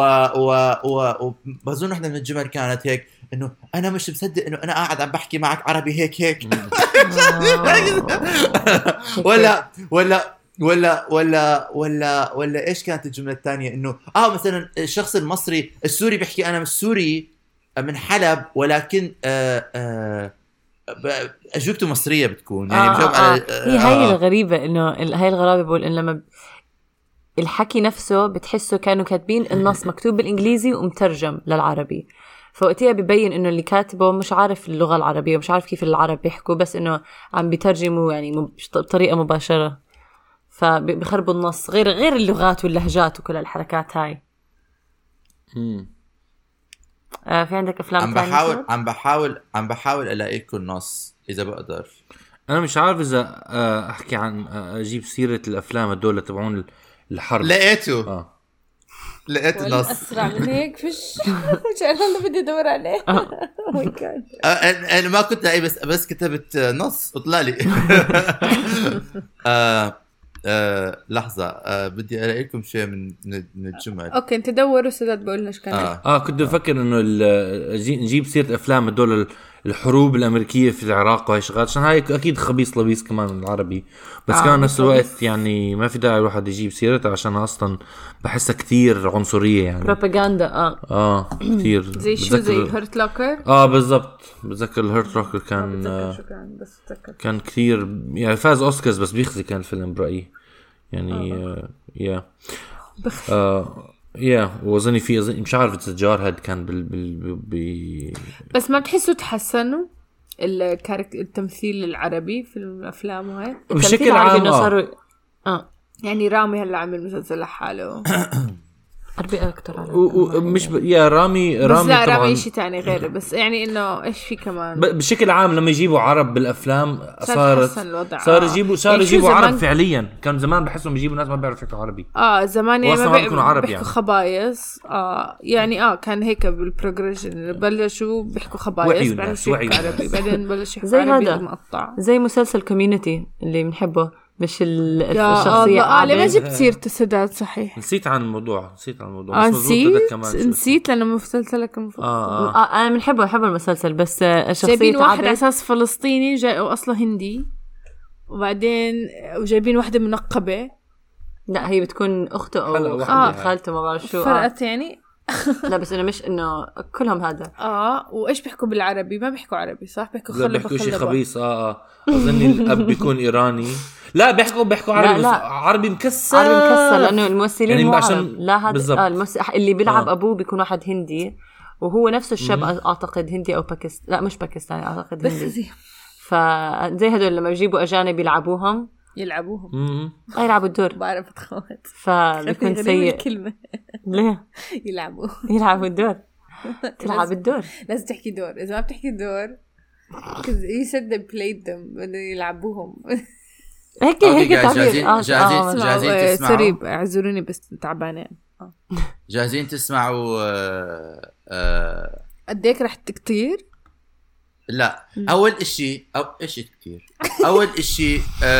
وبظن احنا من الجمل كانت هيك انه انا مش مصدق انه انا قاعد عم بحكي معك عربي هيك ولا ايش كانت الجمله الثانيه انه مثلا الشخص المصري السوري بيحكي انا مش سوري من حلب ولكن اجوبته مصريه بتكون يعني بجاوب على هي الغريبه انه هاي الغرابه بقول انه لما الحكي نفسه بتحسه كانوا كاتبين النص مكتوب بالانجليزي ومترجم للعربي. فوقتها بيبين انه اللي كاتبه مش عارف اللغه العربيه مش عارف كيف العرب بيحكوا بس انه عم بيترجموا يعني بطريقه مباشره فبيخربوا النص غير اللغات واللهجات وكل الحركات هاي. في عندك افلام ثانيه؟ عم بحاول الاقي لكم النص اذا بقدر. انا مش عارف اذا احكي عن اجيب سيره الافلام هدول تبعون الحرب. لقيته النص اسرع من هيك فيش انا بدي ادور عليه. انا ما كنت لاقي بس كتبت نص وطلع لي. لحظه بدي الاقي لكم شيء من الجمل. اوكي انت دور وسداد بقول لنا كان كنت بفكر انه نجيب سيره افلام هدول الحروب الامريكيه في العراق وهي شغلات عشان هاي اكيد خبيص لبيس كمان العربي بس كان نفس الوقت يعني ما في داعي الواحد يجيب سيرتها عشان اصلا بحسها كتير عنصريه يعني بروباغندا كتير زي هيرت لوكر بالضبط بتذكر الهيرت لوكر كان كتير يعني فاز اوسكارز بس بيخزي كان الفيلم برايي يعني وظني في مش عارف التجار هاد كان بس ما بتحسوا تحسنوا التمثيل العربي في الافلام وهي بشكل عام يعني رامي هلا عامل مسلسل لحاله عربي اكثر على مش يا رامي بس لا طبعا رامي شيء تاني غيره بس يعني انه ايش في كمان بشكل عام لما يجيبوا عرب بالافلام صار يجيبوا عرب فعليا. كان زمان بحسهم يجيبوا ناس ما بيعرفوا يحكوا عربي زمان يعني ما بيكونوا عرب بيحكوا خبايص يعني كان هيك بالبروجريشن بلشوا بيحكوا خبايص بعدين بلشوا يحكوا عربي مقطع زي مسلسل كوميونتي اللي بنحبه مش الشخصية ليه ما جبت سيرة السداد صحيح نسيت عن الموضوع نسيت لأنه مسلسلك أنا بحب المسلسل بس الشخصية جايبين واحد أساس فلسطيني جاي أصله هندي وبعدين وجايبين واحدة منقبة لا هي بتكون أخته أو خالته ما بعرف شو فرقت يعني لا بس أنا مش إنه كلهم هذا. وإيش بيحكوا بالعربي؟ ما بيحكوا عربي صح؟ بيحكوا شيء خبيث. أظني الأب بيكون إيراني. لا بيحكوا عربي. لا. عربي مكسر. لأنه الممثلين يعني مو عرب. لا هذا اللي بيلعب أبوه بيكون واحد هندي، وهو نفس الشاب أعتقد هندي أو باكستاني. لا مش باكستاني أعتقد هندي. فزي هدول لما يجيبوا أجانب يلعبوهم يلعبوا الدور. بعرف أتخوت. فبيكون سيء. الكلمة ليه؟ يلعبوا الدور. تلعب الدور. لازم تحكي دور. إذا ما بتحكي دور you said they played them يلعبوهم. هيك جاهزين تسمعوا. سوري اعذروني بس تعبانين. جاهزين تسمعوا قديك رحت كتير؟ لا اول اشي كتير. اول اشي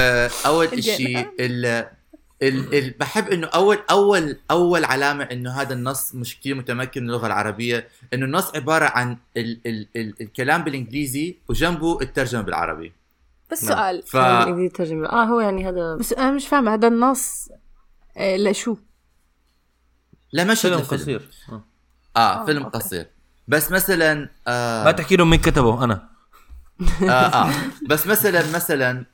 بحب انه اول علامه انه هذا النص مش كتير متمكن من اللغه العربيه، انه النص عباره عن الكلام بالانجليزي وجنبه الترجمه بالعربي. بس سؤال ترجمه هو يعني هذا. بس انا مش فاهمه هذا النص لشو؟ لا مش فيلم قصير. فيلم قصير. بس مثلا ما تحكي لهم مين كتبه. انا بس مثلا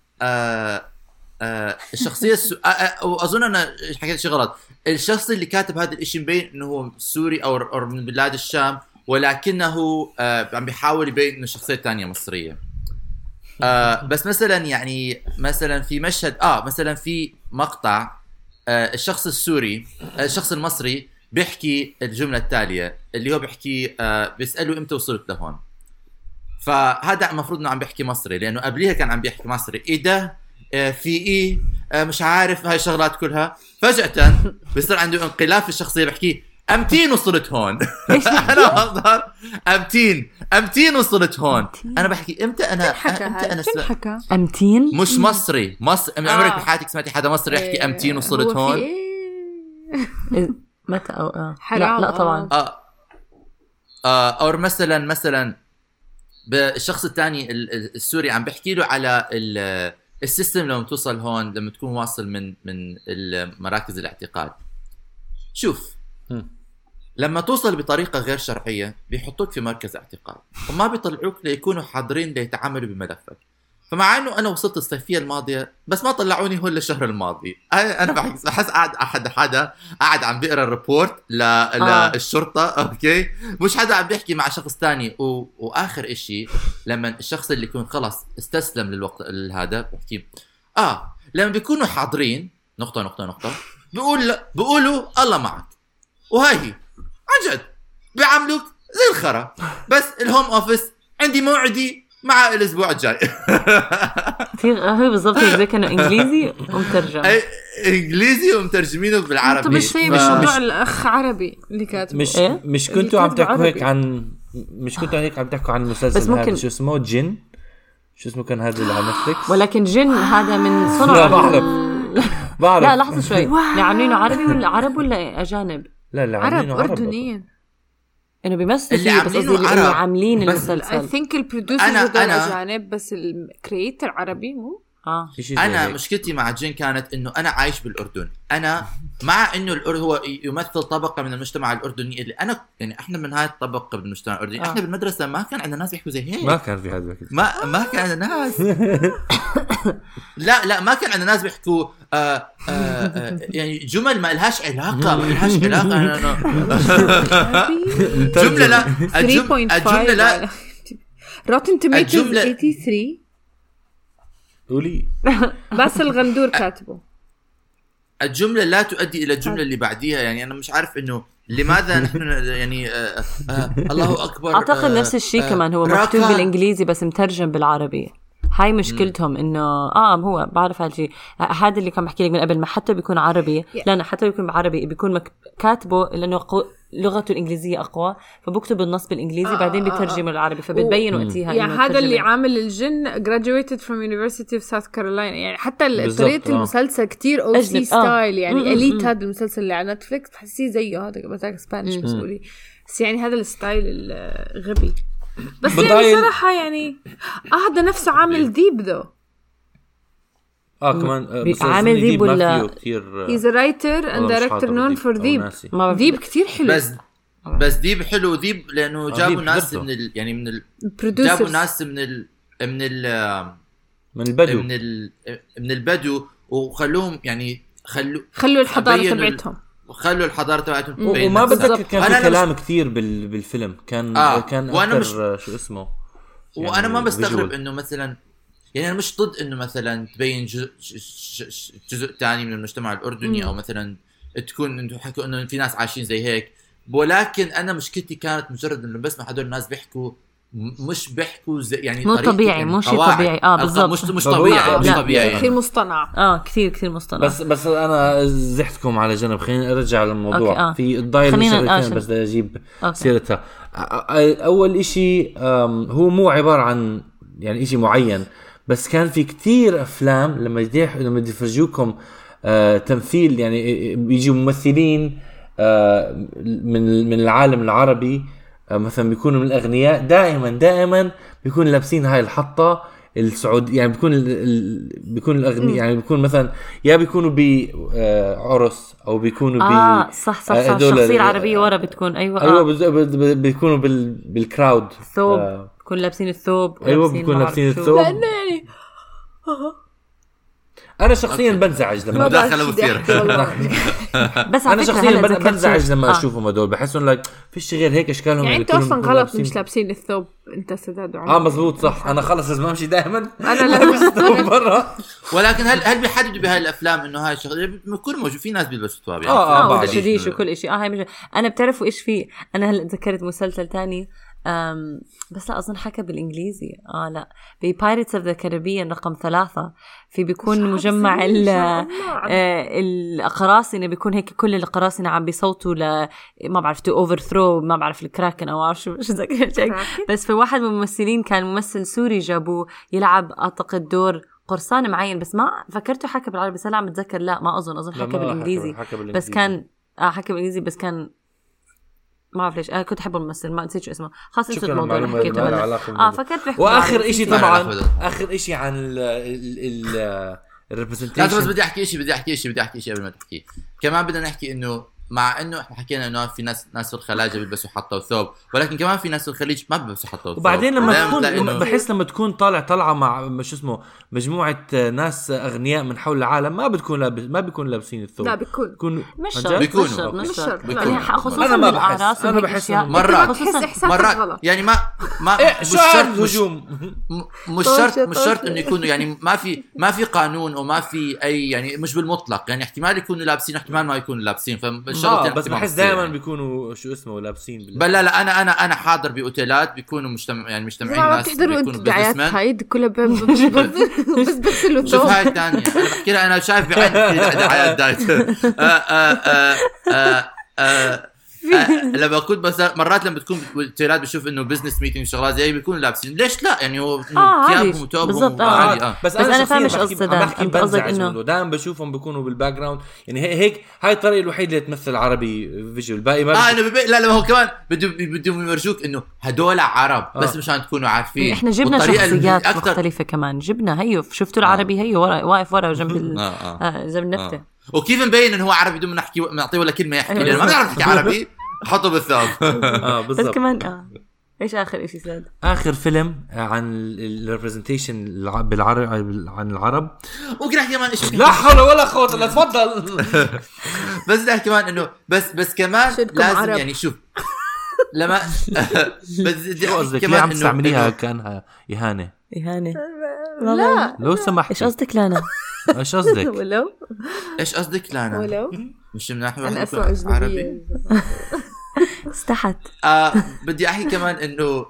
الشخصيه واظن انا حكيت شيء غلط. الشخص اللي كاتب هذا الاشي مبين انه هو سوري او من بلاد الشام، ولكنه عم بيحاول يبين انه شخصيه تانية مصريه. بس مثلا يعني مثلا في مشهد مثلا في مقطع الشخص السوري الشخص المصري بيحكي الجمله التاليه اللي هو بيحكي بيساله امتى وصلت لهون. فهذا المفروض انه عم بيحكي مصري، لانه قبليها كان عم بيحكي مصري. ايه ده في مش عارف هاي الشغلات كلها. فجأة بيصير عنده انقلاب في الشخصية، بحكي أمتين وصلت هون. أنا أظهر أمتين وصلت هون. أنا بحكي إمتى أنا حكى أمتين مش مصري عمرك بحياتك سمعتي حدا مصري يحكي أمتين وصلت هون؟ متى أو لا طبعا. أو مثلا بالشخص الثاني السوري عم بحكي له على السيستم لما توصل هون، لما تكون واصل من مراكز الاعتقال. شوف لما توصل بطريقة غير شرعية بيحطوك في مركز اعتقال وما بيطلعوك ليكونوا حاضرين ليتعاملوا بملفك. فمع انه انا وصلت الصيفية الماضية بس ما طلعوني هون الشهر الماضي. انا بحس قاعد حدا قاعد عم بيقرا الريبورت للشرطة. اوكي مش حدا عم بيحكي مع شخص تاني. واخر اشي لما الشخص اللي يكون خلص استسلم للوقت هذا بحكي لما بيكونوا حاضرين نقطة بيقولوا الله معك. وهاي عن جد بيعملوك زي الخرا. بس الهوم اوفيس عندي موعدي مع الاسبوع الجاي. هو بالضبط زي كانه انجليزي ومترجم. انجليزي ومترجمينه بالعربي. طب مش زي موضوع الاخ عربي اللي كاتب. مش كنتوا عم تحكوا هيك عن عم تحكوا عن المسلسل هذا شو اسمه جن؟ شو اسمه كان هذا اللي على نتفليكس؟ ولكن جن هذا من صنع. لا بعرف. لا لحظة شوي. عاملينه عربي ولا عرب ولا أجانب؟ لا عرب أردنيين. إنه بيمثلوا فيه بس قصدي اللي عاملين المسلسل. I think البرودوسر هذول أجانب بس الكرييتر عربي مو؟ أنا مشكلتي مع جين كانت إنه أنا عايش بالأردن. أنا مع إنه الأردن هو يمثل طبقة من المجتمع الأردني اللي أنا يعني إحنا من هاي الطبقة بالمجتمع الأردني. إحنا بالمدرسة ما كان عندنا ناس يحكوا زي هيك. ما كان في هذا ما كان عندنا ناس. لا ما كان عندنا ناس بيحكوا يعني جمل ما لهاش علاقة. جملة لا الجملة لا Rotten Tomatoes 83. قولي بس الغندور كاتبه. الجملة لا تؤدي إلى الجملة اللي بعديها. يعني أنا مش عارف إنه لماذا نحن يعني الله أكبر. أعتقد نفس الشيء كمان هو مكتوب بالإنجليزي بس مترجم بالعربي. هاي مشكلتهم إنه هو بعرف هالشيء هذا اللي كان بحكي لك من قبل. ما حتى بيكون عربي لا حتى بيكون بعربي بيكون كاتبه لأنه لغته الإنجليزية أقوى فبكتب النص بالإنجليزي بعدين بيترجم العربي فبتبين وقتها. يعني هذا اللي عامل الجن graduated from University of South Carolina. يعني حتى طريقة المسلسل كتير OC ستايل. يعني elite هذا المسلسل اللي على نتفليكس تحسيه زيه هذا بتاعك سبانيش بس قولي. بس يعني هذا الستايل الغبي. بس يعني صراحة يعني هذا نفسه عامل ديب ذو. كمان عامل ديب ولا he's a writer and director known for ديب. ديب كتير حلو. بس ديب حلو ديب لانه جابوا ناس من يعني من جابوا ناس من البدو من البدو وخلوهم يعني خلوا الحضاره تبعتهم وخلوا الحضاره تبعتهم وما بتذكر كان في كلام كثير بالفيلم كان وانا مش شو اسمه يعني وانا ما بستغرب انه مثلا يعني انا مش ضد انه مثلا تبين جزء تاني من المجتمع الاردني او مثلا تكون انه حكوا انه في ناس عايشين زي هيك ولكن انا مشكلتي كانت مجرد انه بسمع هدول الناس بيحكوا مش بيحكوا زي يعني مو طبيعي يعني مو شيء طبيعي بالضبط مش طبيعي كثير مصطنع كثير مصطنع بس انا زحتكم على جنب خليني ارجع للموضوع في الضايل مشغلتين بس بدي اجيب سيرتها اول اشي هو مو عبارة عن يعني اشي معين بس كان في كتير افلام لما بدي يفرجوكم تمثيل يعني بيجوا ممثلين من العالم العربي مثلا بيكونوا من الأغنياء دائما بيكون لابسين هاي الحطة السعودية يعني بيكون الأغنياء يعني بيكون مثلا يا بيكونوا بعرس أو بيكونوا صح الشخصية العربية ورا بتكون أيوة بيكونوا بالكراود ثوب بيكون لابسين الثوب بيكون لابسين الثوب لأنه يعني انا شخصيا بنزعج لما مداخله مثيره بس انا شخصيا بنزعج لما اشوفهم هدول بحس انه لا فيش غير هيك اشكالهم يعني انت اصلا غلط مش لابسين الثوب انت سداد مزبوط صح انا خلص لازم امشي دائما انا لابس ثوب برا ولكن هل بيحددوا بهاي الافلام انه هاي الشغله بيكون موجود في ناس بيلبسوا ثوب يعني شديش وكل شيء هاي مش انا بتعرفوا ايش في انا هلا تذكرت مسلسل تاني بس لا أظن حكى بالإنجليزي لا بPirates of the Caribbean رقم 3 في بيكون مجمع القراصنة بيكون هيك كل القراصنة عم بيصوتوا ما بعرف to overthrow ما بعرف الكراكن أو عارف شو ذكرت بس في واحد من الممثلين كان ممثل سوري جابوه يلعب أعتقد دور قرصان معين بس ما فكرته حكى بالعربي بس لا متذكر لا ما أظن حكى بالإنجليزي بس كان حكى بالإنجليزي بس كان ما أعرف ليش كنت أحب الممثل ما نسيت شو اسمه خاصة نسيت الموضوع اللي حكيته هلا فكرت بحكي وآخر إشي طبعا آخر إشي عن الريبريزنتيشن بس بدي أحكي إشي قبل ما تحكي كمان بدنا نحكي إنه مع إنه إحنا حكينا إنه في ناس في الخلاجة بيلبسوا حطة وثوب ولكن كمان في ناس في الخليج ما بيلبسوا حطة وثوب وبعدين لما تكون بحس لما تكون طالعة مع شو اسمه مجموعة ناس أغنياء من حول العالم ما بيكون لابسين الثوب لا بيكون مش شرط أنا ما بحس أنا بحس مرات يعني ما مش شرط هجوم مش شرط إنه يكونوا يعني ما في قانون وما في أي يعني مش بالمطلق يعني احتمال يكونوا لابسين احتمال ما يكونوا لابسين بس بحس دائما بيكونوا شو اسمه لابسين بل لا انا حاضر باوتيلات بيكونوا مجتمعين ناس بيكونوا دعايات هايد كلها بس له شوف هاي الثانيه انا بحكي لها انا شايف بعين دعايات دايت لما كنت بس مرات لما بتكون باوتيلات بشوف انه بزنس ميتينج شغلات زي بيكونوا لابسين ليش لا يعني هو ثيابهم وتوبهم عادي بس انا فاهم ايش قصدك انه دائما بشوفهم بيكونوا بالباك جراوند يعني هيك هاي الطريقه الوحيده اللي تمثل عربي فيجوال باقي ما لا هو كمان بدهم يورجوك انه هدول عرب بس مشان تكونوا عارفين احنا جبنا شخصيات مختلفه كمان جبنا هيو شفتوا العربي هيو واقف ورا جنب النبته وكيف مبين انه هو عربي بدون نحكي نعطيه ولا كلمه يحكي لانه ما بيعرف يحكي عربي حطه بالثوب بالضبط بس كمان ايش اخر شيء ساد اخر فيلم عن الريبريزنتيشن بالعربي عن العرب ممكن احكي كمان شيء لا حول ولا قوه الا تفضل بس بدي احكي كمان انه بس كمان لازم عرب. يعني شوف لما بس بدي احكي كمان عم تستعمليها كانها اهانه لا لو سمحت ايش قصدك لانا ايش قصدك ولو ايش قصدك لانا ولو مش من ناحيه انا اسمع عربي استحت بدي احكي كمان انه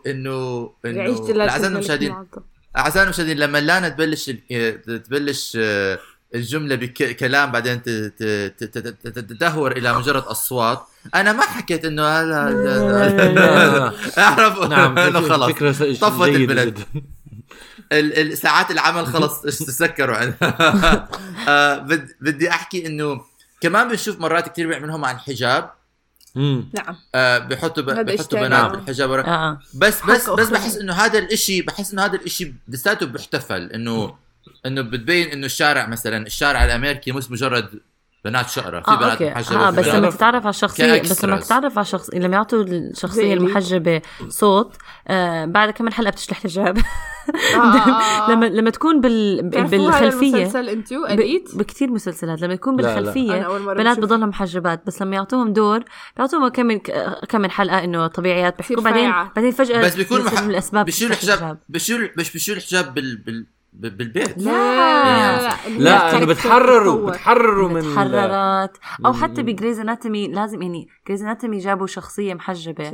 اعزائنا المشاهدين لما لانا تبلش الجمله بكلام بعدين تدهور الى مجرد اصوات انا ما حكيت انه هذا اعرف انه خلص طفت البلد الساعات العمل خلص تسكروا عنها بدي احكي انه كمان بنشوف مرات كتير بيعملوهم عن الحجاب نعم بيحطوا بنات بالحجاب بس بحس انه هذا الاشي لساته بيحتفل انه بتبين انه الشارع مثلا الشارع الامريكي مش مجرد بنات شقرة، في بنات محجبة بس لما تتعرف على الشخصية، بس لما تتعرف على الشخص، لما يعطوا الشخصية المحجبة صوت بعد كم حلقة بتشلح الحجاب. لما تكون بالخلفية بكتير مسلسلات لما يكون بالخلفية بنات بضلهم محجبات، بس لما يعطوهم دور بيعطوهم كم من حلقة إنه طبيعيات بيحكوا، بعدين فجأة بس بيكون الأسباب بشيل الحجاب، بشيل الحجاب بالبيت. لا انه بتحرروا من تحررت. او حتى بجريز اناتومي لازم، يعني جريز اناتومي جابوا شخصيه محجبه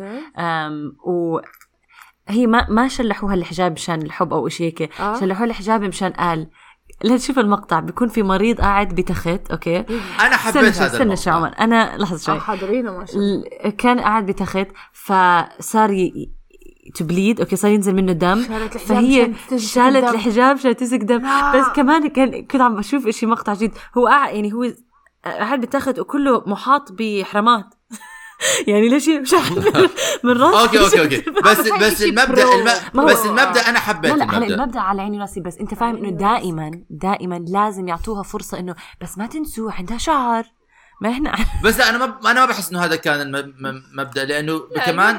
وهي ما شلحوها الحجاب مشان الحب او شيء هيك، شلحوها الحجاب مشان قال لا تشوف المقطع بيكون في مريض قاعد بتخت. اوكي انا حبيت هذا المقطع. شو عمر انا لحظه شوي حاضرينه ما شاء الله، كان قاعد بتخت فصار تبليد، اوكي صار ينزل منه دم، فهي شالت الحجاب عشان تسك دم. بس كمان كنت عم بشوف اشي مقطع جديد، هو يعني هو قاعد بتاخد وكله محاط بحرامات. يعني ليش من راسي. اوكي بس المبدا انا حبيت المبدا على عيني راسي، بس انت فاهم انه دائما لازم يعطوها فرصه انه بس ما تنسوا عندها شعر. ما احنا بس لا انا ما بحس انه هذا كان المبدا، لانه كمان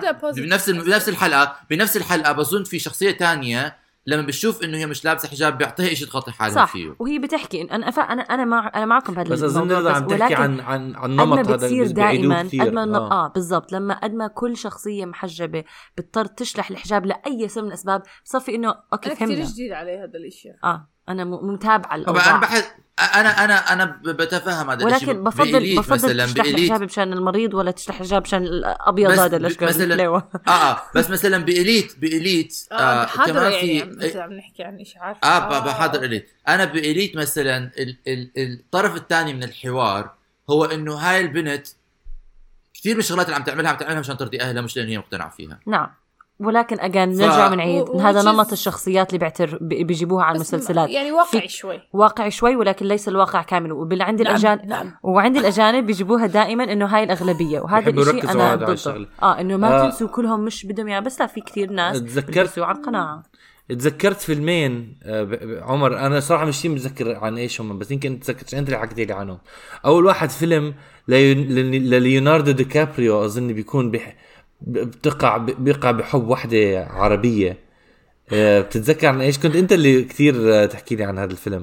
بنفس الحلقه بظن في شخصيه تانية لما بتشوف انه هي مش لابسه حجاب بيعطيها شيء تغطي حالها فيه، وهي بتحكي إن انا معكم بهذا بس اظن هذا عم تحكي عن نمط هذا اللي دائما بالضبط. لما كل شخصيه محجبه بتضطر تشلح الحجاب لاي سبب من الاسباب، صفي انه اوكي فهمنا. كثير جديد عليه هذا الاشي. انا متابعه الاوضاع. انا بحس انا بتفهم هذا الشيء، ولكن بفضل تشلح الحجاب مشان المريض ولا تشلح الجاب مشان الابيض هذا الاشكال بس مثلا بإليت كمان في عم نحكي عن اشعاع بحضر إليت. انا بإليت مثلا الطرف الثاني من الحوار هو انه هاي البنت كثير من الشغلات اللي عم تعملها مشان ترضي اهلها، مش لان هي مقتنعه فيها. نعم، ولكن نرجع من عيد هذا نمط الشخصيات اللي بيجيبوها على المسلسلات، يعني واقعي شوي ولكن ليس الواقع كامل. وعند الأجانب وعند الأجانب بيجيبوها دائما إنه هاي الأغلبية، وهذا الشيء أنا ضده. إنه ما تنسوا كلهم مش بدهم يعني، بس لا في كثير ناس بيرسوا على القناعة. تذكرت فيلمين عمر، أنا صراحة مش متذكر عن إيش هم، بس يمكن تذكرت أنت اللي حكيت لي عنهم. أول واحد فيلم ليوناردو دي كابريو، أظن بيكون بيقع بحب واحدة عربية. بتتذكر عن ايش؟ كنت انت اللي كثير تحكي لي عن هذا الفيلم.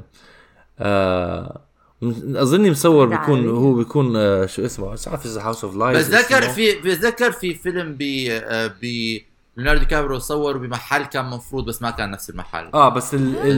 اظني مصور بيكون شو اسمه، مش عارف اذا هاوس اوف لايز. بتذكر في فيلم ب ليوناردو دي كابريو صور بمحل كان مفروض بس ما كان نفس المحل. بس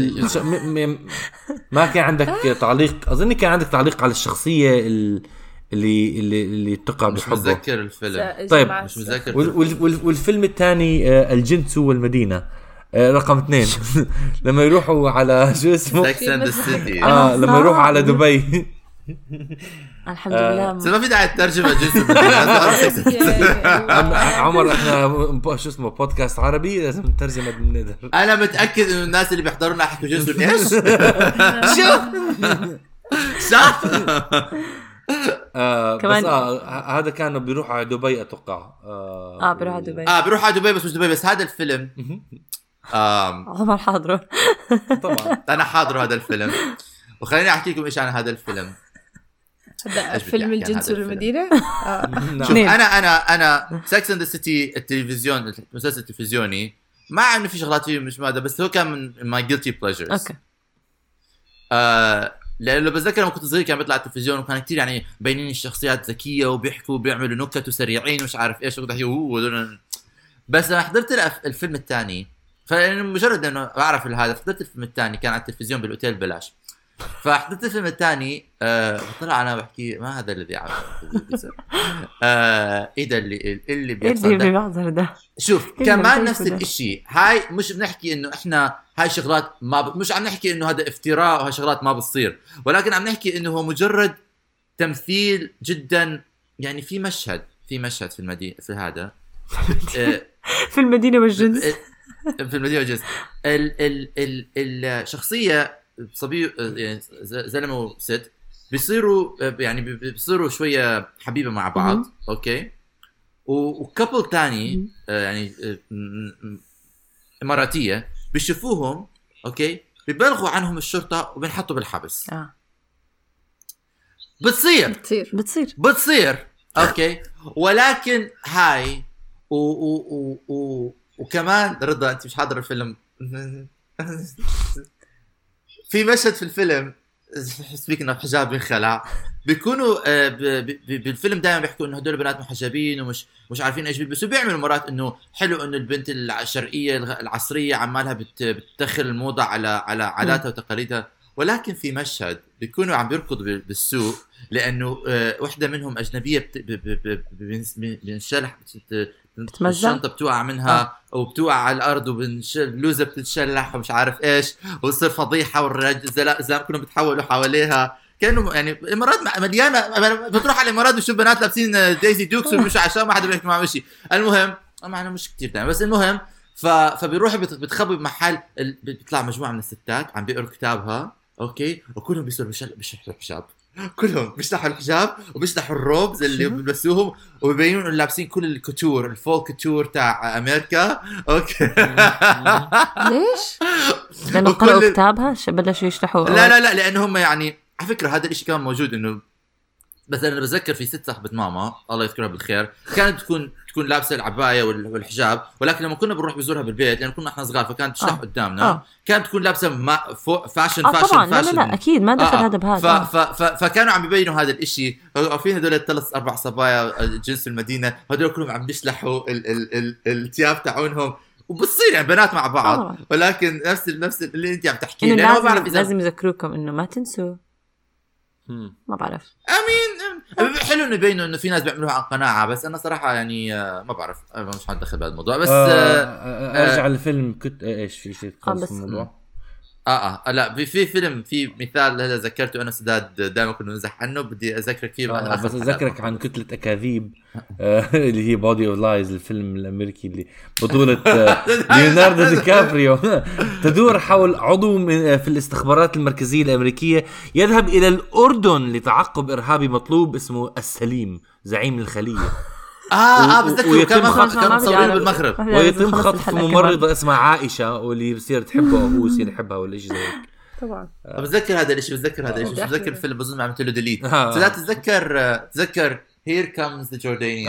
ما كان عندك تعليق، اظني كان عندك تعليق على الشخصية اللي تقع بحبه. مش متذكر الفيلم. طيب مش متذكر. والفيلم الثاني الجنس والمدينة رقم 2 لما يروحوا على شو اسمه Sex and the City. لما يروحوا على دبي. الحمد لله ما في داعي الترجمة جنس. عمر احنا شو اسمه بودكاست عربي لازم الترجمة بالندر. انا متأكد انه الناس اللي بيحضرونا يحكوا جنس ايش. صح. بس هذا كانوا بيروحوا على دبي اتوقع. بيروحوا على دبي. بيروحوا على دبي، بس مش دبي. بس هذا الفيلم عمر حاضره. طبعا انا حاضره هذا الفيلم، وخليني احكي لكم ايش عن هذا الفيلم. هذا فيلم الجنس والمدينة. شوف انا سكس اند ذا سيتي التلفزيون، المسلسل التلفزيوني، مع انه في شغلات فيه مش ماده، بس هو كان من ماي جيلتي بليجرز. اوكي. لانه بتذكر لما كنت صغير كان بيطلع على التلفزيون وكان كتير يعني بينين الشخصيات ذكيه وبيحكوا وبيعملوا نكت وسريعين ومش عارف ايش بس لما حضرت الفيلم الثاني، فمجرد انه بعرف هذا، حضرت الفيلم الثاني كان على التلفزيون بالاوتيل ببلاش. فحضرت الفيلم الثاني طلع انا بحكي ما هذا الذي عمل ايه ده اللي بيحصل ده. شوف كمان نفس الاشي، هاي مش بنحكي انه احنا هاي شغلات مش عم نحكي انه هذا افتراء وهاي شغلات ما بتصير، ولكن عم نحكي انه هو مجرد تمثيل جدا. يعني في مشهد في المدينة في هذا في المدينة والجنس في المدينة والجنس الشخصية صبي يعني زلمة وست بيصيروا شوية حبيبة مع بعض. اوكي. وكابل تاني يعني اماراتية بيشوفوهم اوكي بيبلغوا عنهم الشرطة وبنحطوا بالحبس. بتصير اوكي. ولكن هاي وكمان رضا انت مش حاضر الفيلم. في مشهد في الفيلم سبيك انه الحجاب بينخلع، بيكونوا بالفيلم دائما بيحكوا انه هدول البنات محجبين ومش عارفين ايش بيلبسوا. بيعملوا مرات انه حلو انه البنت الشرقيه العصريه عمالها بتدخل الموضه على عاداتها وتقاليدها. ولكن في مشهد بيكونوا عم بيركضوا بالسوق لانه وحده منهم اجنبيه بينشلح الشنطه بتوقع منها او بتوقع على الارض وبالبلوزه بتتشلح ومش عارف ايش وتصير فضيحه والزلام كلهم بتحولوا حواليها. كانوا يعني الامارات مليانه، بتروح على الامارات بتشوف بنات لابسين دايزي دوكس ومش عشان ما حدا بيحكي مع مشي. المهم معنا مش كتير دائما بس المهم فبيروحوا بتخبي بمحل بيطلع مجموعه من الستات عم بيقروا كتابها اوكي، وكلهم بيصيروا بيشرحوا الحجاب، كلهم بيشرحوا الحجاب وبيشرحوا الروبز اللي بيلبسوهم وبيبينوا لابسين كل الكوتور الفول كوتور تاع امريكا اوكي. ليش؟ لانه قرأوا كتابها بلشوا يشرحوا. لا لانه هم يعني على فكره هذا الاشي كان موجود انه مثلا انا بتذكر في ست صاحبه ماما الله يذكرها بالخير كانت تكون لابسه العبايه والحجاب، ولكن لما كنا بنروح بزورها بالبيت لان كنا احنا صغار فكانت تشرح قدامنا كانت تكون لابسه فاشن طبعا لا اكيد ما دخل هذا بهذا. فكانوا عم بيبينوا هذا الاشي. في هذول 3-4 صبايا جنس المدينه هذول كلهم عم بيشلحوا الثياب تاعونهم وبتصير يعني بنات مع بعض. ولكن نفس اللي انت عم تحكيه لازم يذكروكم انه ما تنسوا. ما بعرف امين حلو انه يبينوا انه في ناس بيعملوها عن قناعه، بس انا صراحه يعني ما بعرف مش حندخل بهذا الموضوع. بس ارجع للفيلم كنت ايش في شيء خاص بالموضوع. لا في فيلم في مثال هذا ذكرته انا سداد دائما كنا نمزح عنه بدي اذكرك فيه. بس اذكرك عن كتله اكاذيب اللي هي بودي اوف لايز، الفيلم الامريكي اللي بطوله ليوناردو دي كابريو تدور حول عضو في الاستخبارات المركزيه الامريكيه يذهب الى الاردن لتعقب ارهابي مطلوب اسمه السليم زعيم الخليه. بتذكر كان مصورين بالمغرب ويتم خطف ممرضة اسمها عائشة واللي بصير تحبه وهو يصير يحبها ولا شيء زي هيك. طبعا بتذكر هذا الشيء بتذكر الفيلم بظن عملت له ديليت. لا تذكر Here comes the Jordanian.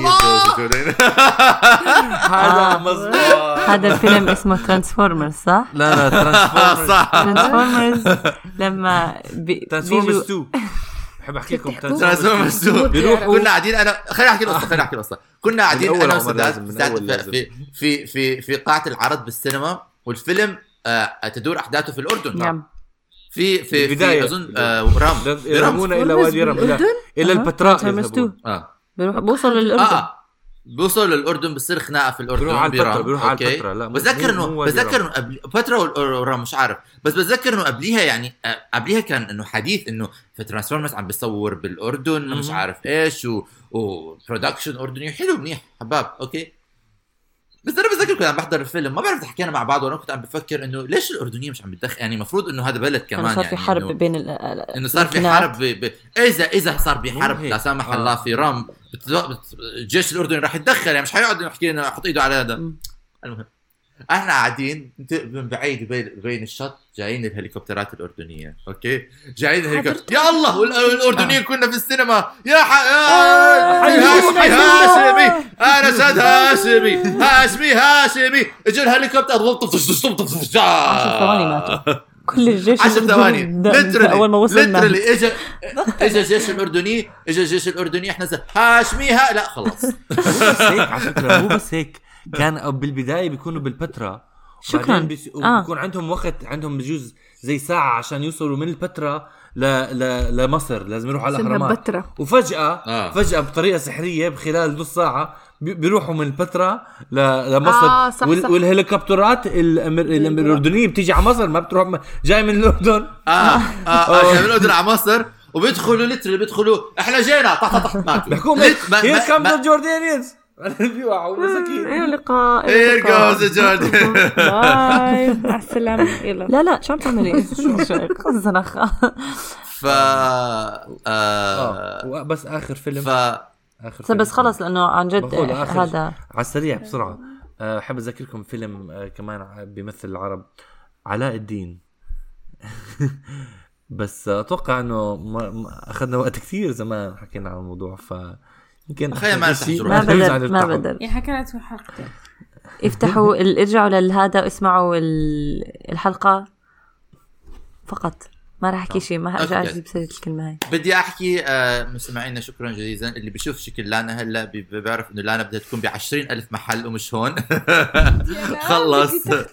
هذا مظبوط. هذا الفيلم اسمه ترانسفورمرز صح؟ لا ترانسفورمرز لما ترانسفورمرز 2 بحب احكي لكم ترانسفورمرز كنا قاعدين انا خليني احكي القصه. كنا قاعدين انا وسداد في قاعه العرض بالسينما والفيلم تدور احداثه في الاردن. نعم في بداية اظن رام يرمونا الى وادي رام الى البتراء بوصل للاردن بوصل للاردن بتصير خناقه في الاردن. بيروح على البتراء. لا بتذكر انه قبل فتره ورام مش عارف، بس بتذكر انه قبليها كان انه حديث انه في ترانسفورمرز عم بيصور بالاردن مش عارف ايش وبرودكشن اردني حلو منيح حباب اوكي. بس انا بتذكر كنت عم بحضر الفيلم ما بعرف حكينا مع بعض وانا كنت عم بفكر انه ليش الاردنيين مش عم بتدخل، يعني المفروض انه هذا بلد كمان صار في حرب يعني بين انه صار في حرب اذا صار بحرب لا سامح الله في رام الجيش الاردني راح يتدخل، يعني مش حيقعد يحكي لنا يحط ايده على هذا. المهم احنا قاعدين من بعيد بين الشط جايين الهليكوبترات الأردنية اوكي جايين الهليكوبتر يا الله والأردنيين كنا في السينما يا هاشمي انا سيد هاشمي اجى الهليكوبتر 10 ثواني ماتوا كل الجيش 10 ثواني اول ما وصلنا اجى الجيش الأردني احنا هاشميها لا خلاص. بس هيك على فكرة مو بس هيك كان بالبداية بيكونوا بالبتراء شكرا بيكون عندهم وقت عندهم بجوز زي ساعة عشان يوصلوا من البتراء لمصر لازم يروحوا على الأهرامات فجأة بطريقة سحرية بخلال نص ساعة بيروحوا من البتراء لمصر. صح والهليكوبترات الأردنية بتيجي على مصر ما بتروح جاي من الأردن جاي من الأردن على مصر وبيدخلوا بيدخلوا احنا جينا طح ماتوا بيحكوا هير كم ذا جوردانيانز بيوعوا مساكين. الى اللقاء Here goes the Jordan. باي مع السلامة. يلا لا شو عم تعملي زنخة بس آخر فيلم بس خلص لأنه عن جد هذا على السريع بسرعة. أحب أذكركم فيلم كمان بيمثل العرب علاء الدين بس اتوقع انه اخذنا وقت كثير زمان حكينا عن الموضوع يمكن ما بدر يعني حكينا حلقتين. افتحوا ارجعوا لهذا واسمعوا الحلقة فقط، ما راح احكي شيء، ما ارجع اجيب سيرة الكلمة هاي. بدي احكي مستمعينا شكرا جزيلا. اللي بيشوف شكل لانا هلا بيعرف انه لانا بدها تكون ب20,000 محل ومش هون. خلص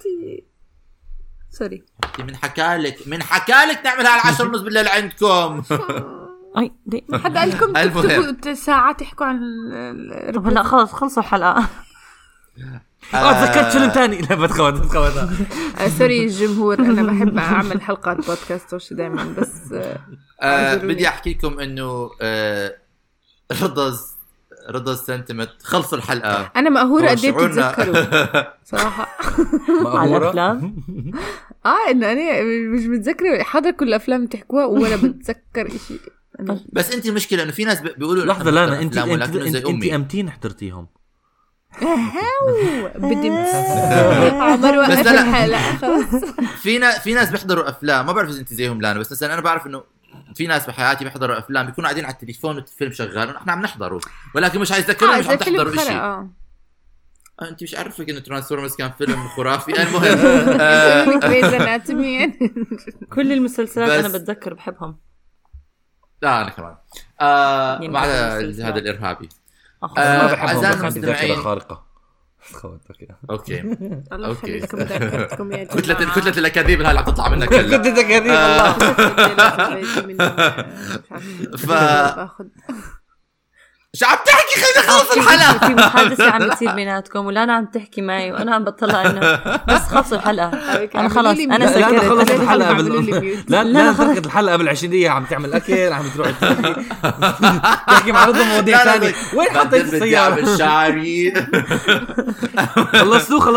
سوري من حكالك نعملها على 10:30 بالليل عندكم. اي ما حد قال لكم تكتبوا ساعات تحكوا عن طب لا خلص خلصوا الحلقة. تذكرت فيلم تاني. لا بتخوت سوري الجمهور، انا بحب اعمل حلقات بودكاست وش دائما بس بدي احكي لكم انه رضا سنتمنت خلصوا الحلقه. انا مقهوره قد ايه بتتذكروا صراحه على الافلام. انه انا مش متذكره حدا كل الافلام تحكوها ولا بتذكر شيء. بس انت المشكله انه في ناس بيقولوا لحظه لانا انت امتين حضرتيهم؟ بدي عمر وقت الحلقه خلص. في ناس بيحضروا افلام، ما بعرف اذا انت زيهم لانا، بس مثلا انا بعرف انه في ناس بحياتي بيحضروا افلام بيكونوا قاعدين على التليفون والفيلم شغال ونحن عم نحضره، ولكن مش عايزكروا مش عم تحضروا شيء. انت مش عارفك انه ترانسفورمرز كان فيلم خرافي. المهم كل المسلسلات انا بتذكر بحبهم. لا انا كمان مع هذا الارهابي ما بحبهم بس ذاكرة خارقة. اوكي كتلة الأكاذيب اللي عم تطلع منك هلا. كتلة الأكاذيب الله. شو عم تحكي؟ خلينا نخلص الحلقة. في محادثة عم بتصير بيناتكم ولا أنا عم تحكي معي وأنا عم بطلع إنه بس خلصوا الحلقة. أنا خلاص أنا سكرت. خلص الحلقة لا تركت الحلقة بال20 عم تعمل أكل، عم تروح تحكي مع رضا مواضيع ثانية. وين حطيت السيارة بالشعري؟ خلصوا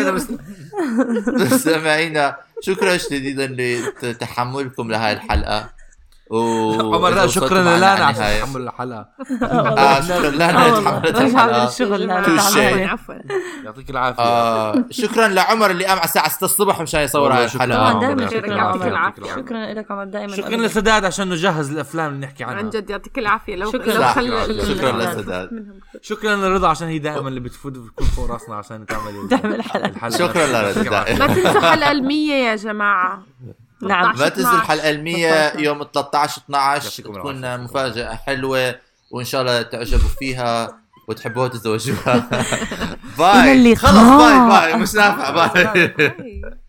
سمعينا. شكرا شديدا لتحملكم لهاي الحلقة. عمر شكرا لنا عشان تحمل الحلقة. شكرا لنا تحمل الشغل. عفوا يعطيك العافية. شكرا لعمر اللي قام على الساعة 6 الصبح مشان يصور هاي الحلقة. دائما شكرا لك عمر. دائما شكرا لسداد عشان نجهز الأفلام اللي نحكي عنها. عن جد يعطيك العافية. لو شكرا لسداد. شكرا لرضا عشان هي دائما اللي بتفوت بكل فوق راسنا عشان تعمل الحلقة. شكرا لرضا. ما تنسوا حلقة 100 يا جماعة. نعم ما تنسوا الحلقة 100 يوم 13/12 تكون مفاجأة حلوة وإن شاء الله تعجبوا فيها وتحبوها وتتزوجوها. باي خلص باي مش نافع باي.